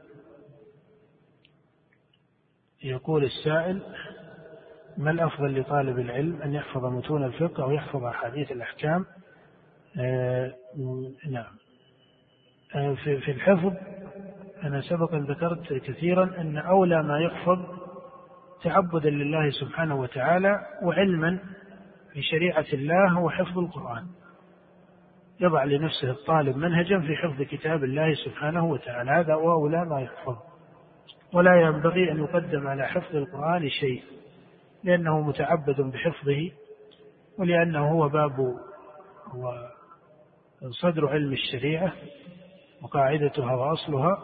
يقول السائل: ما الأفضل لطالب العلم أن يحفظ متون الفقه أو يحفظ أحاديث الأحكام؟ آه نعم، آه في, في الحفظ أنا سبقا ذكرت كثيرا أن أولى ما يحفظ تعبدا لله سبحانه وتعالى وعلما بشريعة الله هو حفظ القرآن. يضع لنفسه الطالب منهجا في حفظ كتاب الله سبحانه وتعالى، هذا أولى ما يحفظ، ولا ينبغي أن يقدم على حفظ القرآن شيء، لأنه متعبد بحفظه، ولأنه هو باب وصدر علم الشريعة وقاعدتها وأصلها.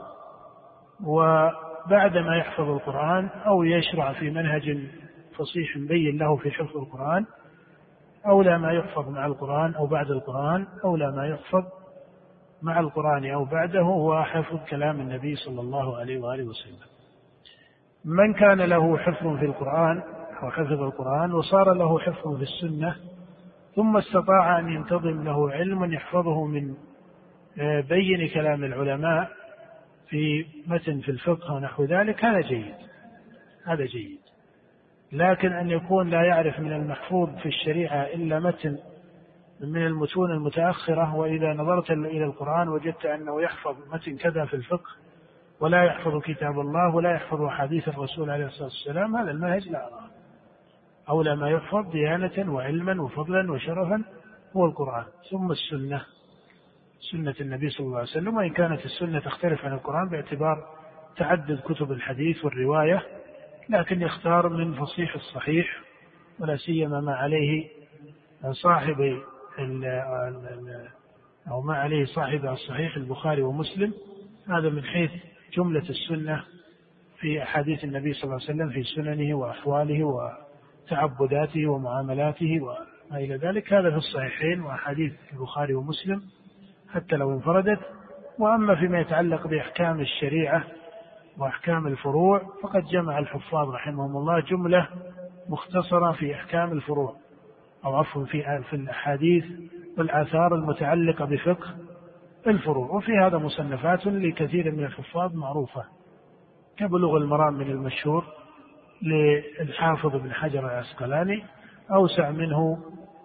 وبعدما يحفظ القرآن أو يشرع في منهج فصيح بين له في حفظ القرآن، أولى ما يحفظ مع القرآن أو بعد القرآن، أولى ما يحفظ مع القرآن أو بعده هو حفظ كلام النبي صلى الله عليه وآله وسلم. من كان له حفظ في القرآن أو حفظ القرآن وصار له حفظ في السنة ثم استطاع أن ينتظم له علم يحفظه من بين كلام العلماء في متن في الفقه ونحو ذلك، هذا جيد، هذا جيد. لكن أن يكون لا يعرف من المحفوظ في الشريعة إلا متن من المتون المتأخرة، وإذا نظرت إلى القرآن وجدت أنه يحفظ متن كذا في الفقه ولا يحفظ كتاب الله ولا يحفظ حديث الرسول عليه الصلاة والسلام، هذا المنهج لا أراه. أولى ما يحفظ ديانة وعلما وفضلا وشرفا هو القرآن، ثم السنة، سنة النبي صلى الله عليه وسلم، وإن كانت السنة تختلف عن القرآن باعتبار تعدد كتب الحديث والرواية، لكن يختار من فصيح الصحيح، ولا سيما ما عليه صاحب أو ما عليه صاحب الصحيح البخاري ومسلم، هذا من حيث جملة السنة في أحاديث النبي صلى الله عليه وسلم في سننه وأحواله وتعبداته ومعاملاته وما إلى ذلك، هذا في الصحيحين وأحاديث البخاري ومسلم حتى لو انفردت. وأما فيما يتعلق بأحكام الشريعة وأحكام الفروع فقد جمع الحفاظ رحمهم الله جملة مختصرة في أحكام الفروع، أو عفوا في في الأحاديث والآثار المتعلقة بفقه الفروع. وفي هذا مصنفات لكثير من الحفاظ معروفة، كبلوغ المرام من المشهور للحافظ ابن حجر العسقلاني، أوسع منه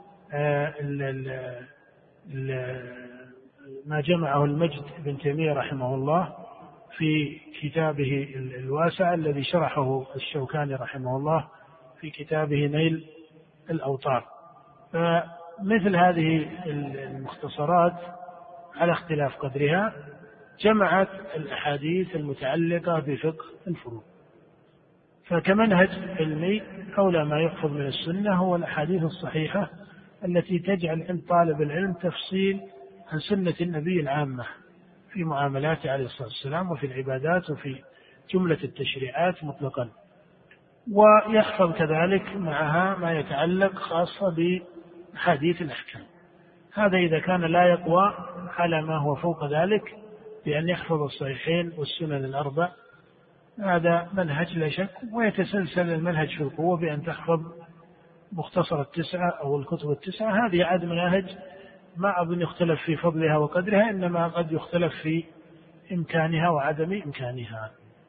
ما جمعه المجد بن تيمية رحمه الله في كتابه الواسع الذي شرحه الشوكاني رحمه الله في كتابه نيل الأوطار. فمثل هذه المختصرات على اختلاف قدرها جمعت الأحاديث المتعلقة بفقه الفروع. فكمنهج علمي أولى ما يحفظ من السنة هو الأحاديث الصحيحة التي تجعل عند طالب العلم تفصيل عن سنة النبي العامة في معاملاته عليه الصلاة والسلام وفي العبادات وفي جملة التشريعات مطلقا، ويحفظ كذلك معها ما يتعلق خاصة بحديث الأحكام. هذا إذا كان لا يقوى على ما هو فوق ذلك بأن يحفظ الصحيحين والسنن الأربع، هذا منهج لا شك، ويتسلسل المنهج في القوة بأن تحفظ مختصر التسعة أو الكتب التسعة. هذه عاد مناهج ما أظن يختلف في فضلها وقدرها، إنما قد يختلف في إمكانها وعدم إمكانها.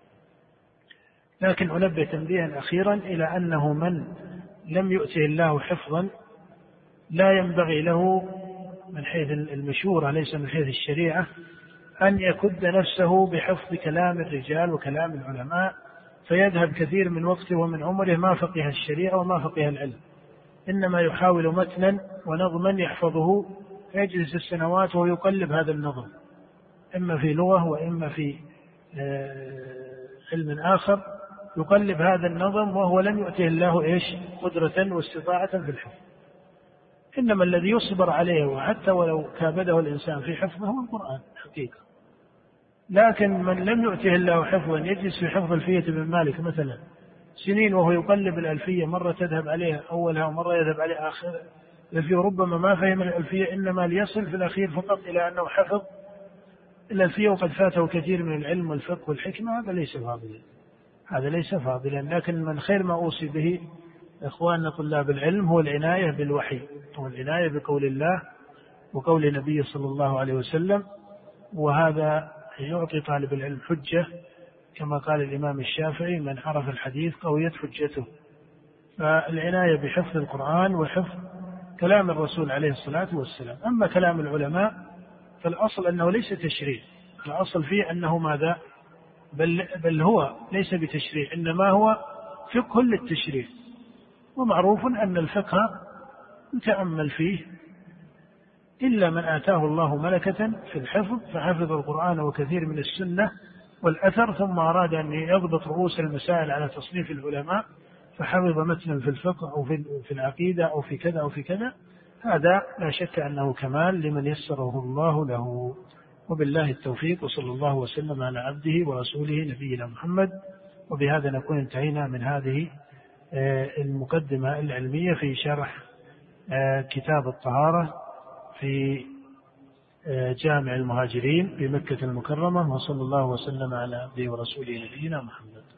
لكن أنبه تنبيها أخيرا إلى أنه من لم يؤته الله حفظا لا ينبغي له من حيث المشورة ليس من حيث الشريعة أن يكد نفسه بحفظ كلام الرجال وكلام العلماء، فيذهب كثير من وقته ومن عمره ما فقه الشريعة وما فقه العلم، إنما يحاول متنا ونظما يحفظه، فيجلس السنوات وهو يقلب هذا النظم إما في لغة وإما في علم آخر، يقلب هذا النظم وهو لم يؤته الله إيش قدرة واستطاعة في الحفظ. إنما الذي يصبر عليه وحتى ولو كابده الإنسان في حفظه هو القرآن حقيقة. لكن من لم يؤته الله حفظا يجلس في حفظ الفية بن مالك مثلا سنين وهو يقلب الألفية، مرة تذهب عليها أولها ومرة يذهب عليها آخرها، الألفية ربما ما فهم الألفية إنما ليصل في الأخير فقط إلى أنه حفظ الألفية وقد فاته كثير من العلم والفقه والحكمة، هذا ليس فاضلا، هذا ليس فاضلا. لكن من خير ما أوصي به إخواننا طلاب العلم هو العناية بالوحي، هو العناية بقول الله وقول النبي صلى الله عليه وسلم، وهذا يعطي طالب العلم حجة كما قال الإمام الشافعي: من عرف الحديث قويت حجته. فالعناية بحفظ القرآن وحفظ كلام الرسول عليه الصلاة والسلام. أما كلام العلماء فالأصل أنه ليس تشريع، الأصل فيه أنه ماذا؟ بل, بل هو ليس بتشريع، إنما هو فقه للتشريع. ومعروف أن الفقه يتأمل فيه إلا من آتاه الله ملكة في الحفظ فحفظ القرآن وكثير من السنة والأثر، ثم أراد أن يضبط رؤوس المسائل على تصنيف العلماء فحفظ متنا في الفقه أو في العقيدة أو في كذا أو في كذا، هذا لا شك أنه كمال لمن يسره الله له. وبالله التوفيق، وصلى الله وسلم على عبده ورسوله نبينا محمد. وبهذا نكون انتهينا من هذه المقدمة العلمية في شرح كتاب الطهارة في جامع المهاجرين بمكة المكرمة، وصلى الله وسلم على عبده ورسوله نبينا محمد.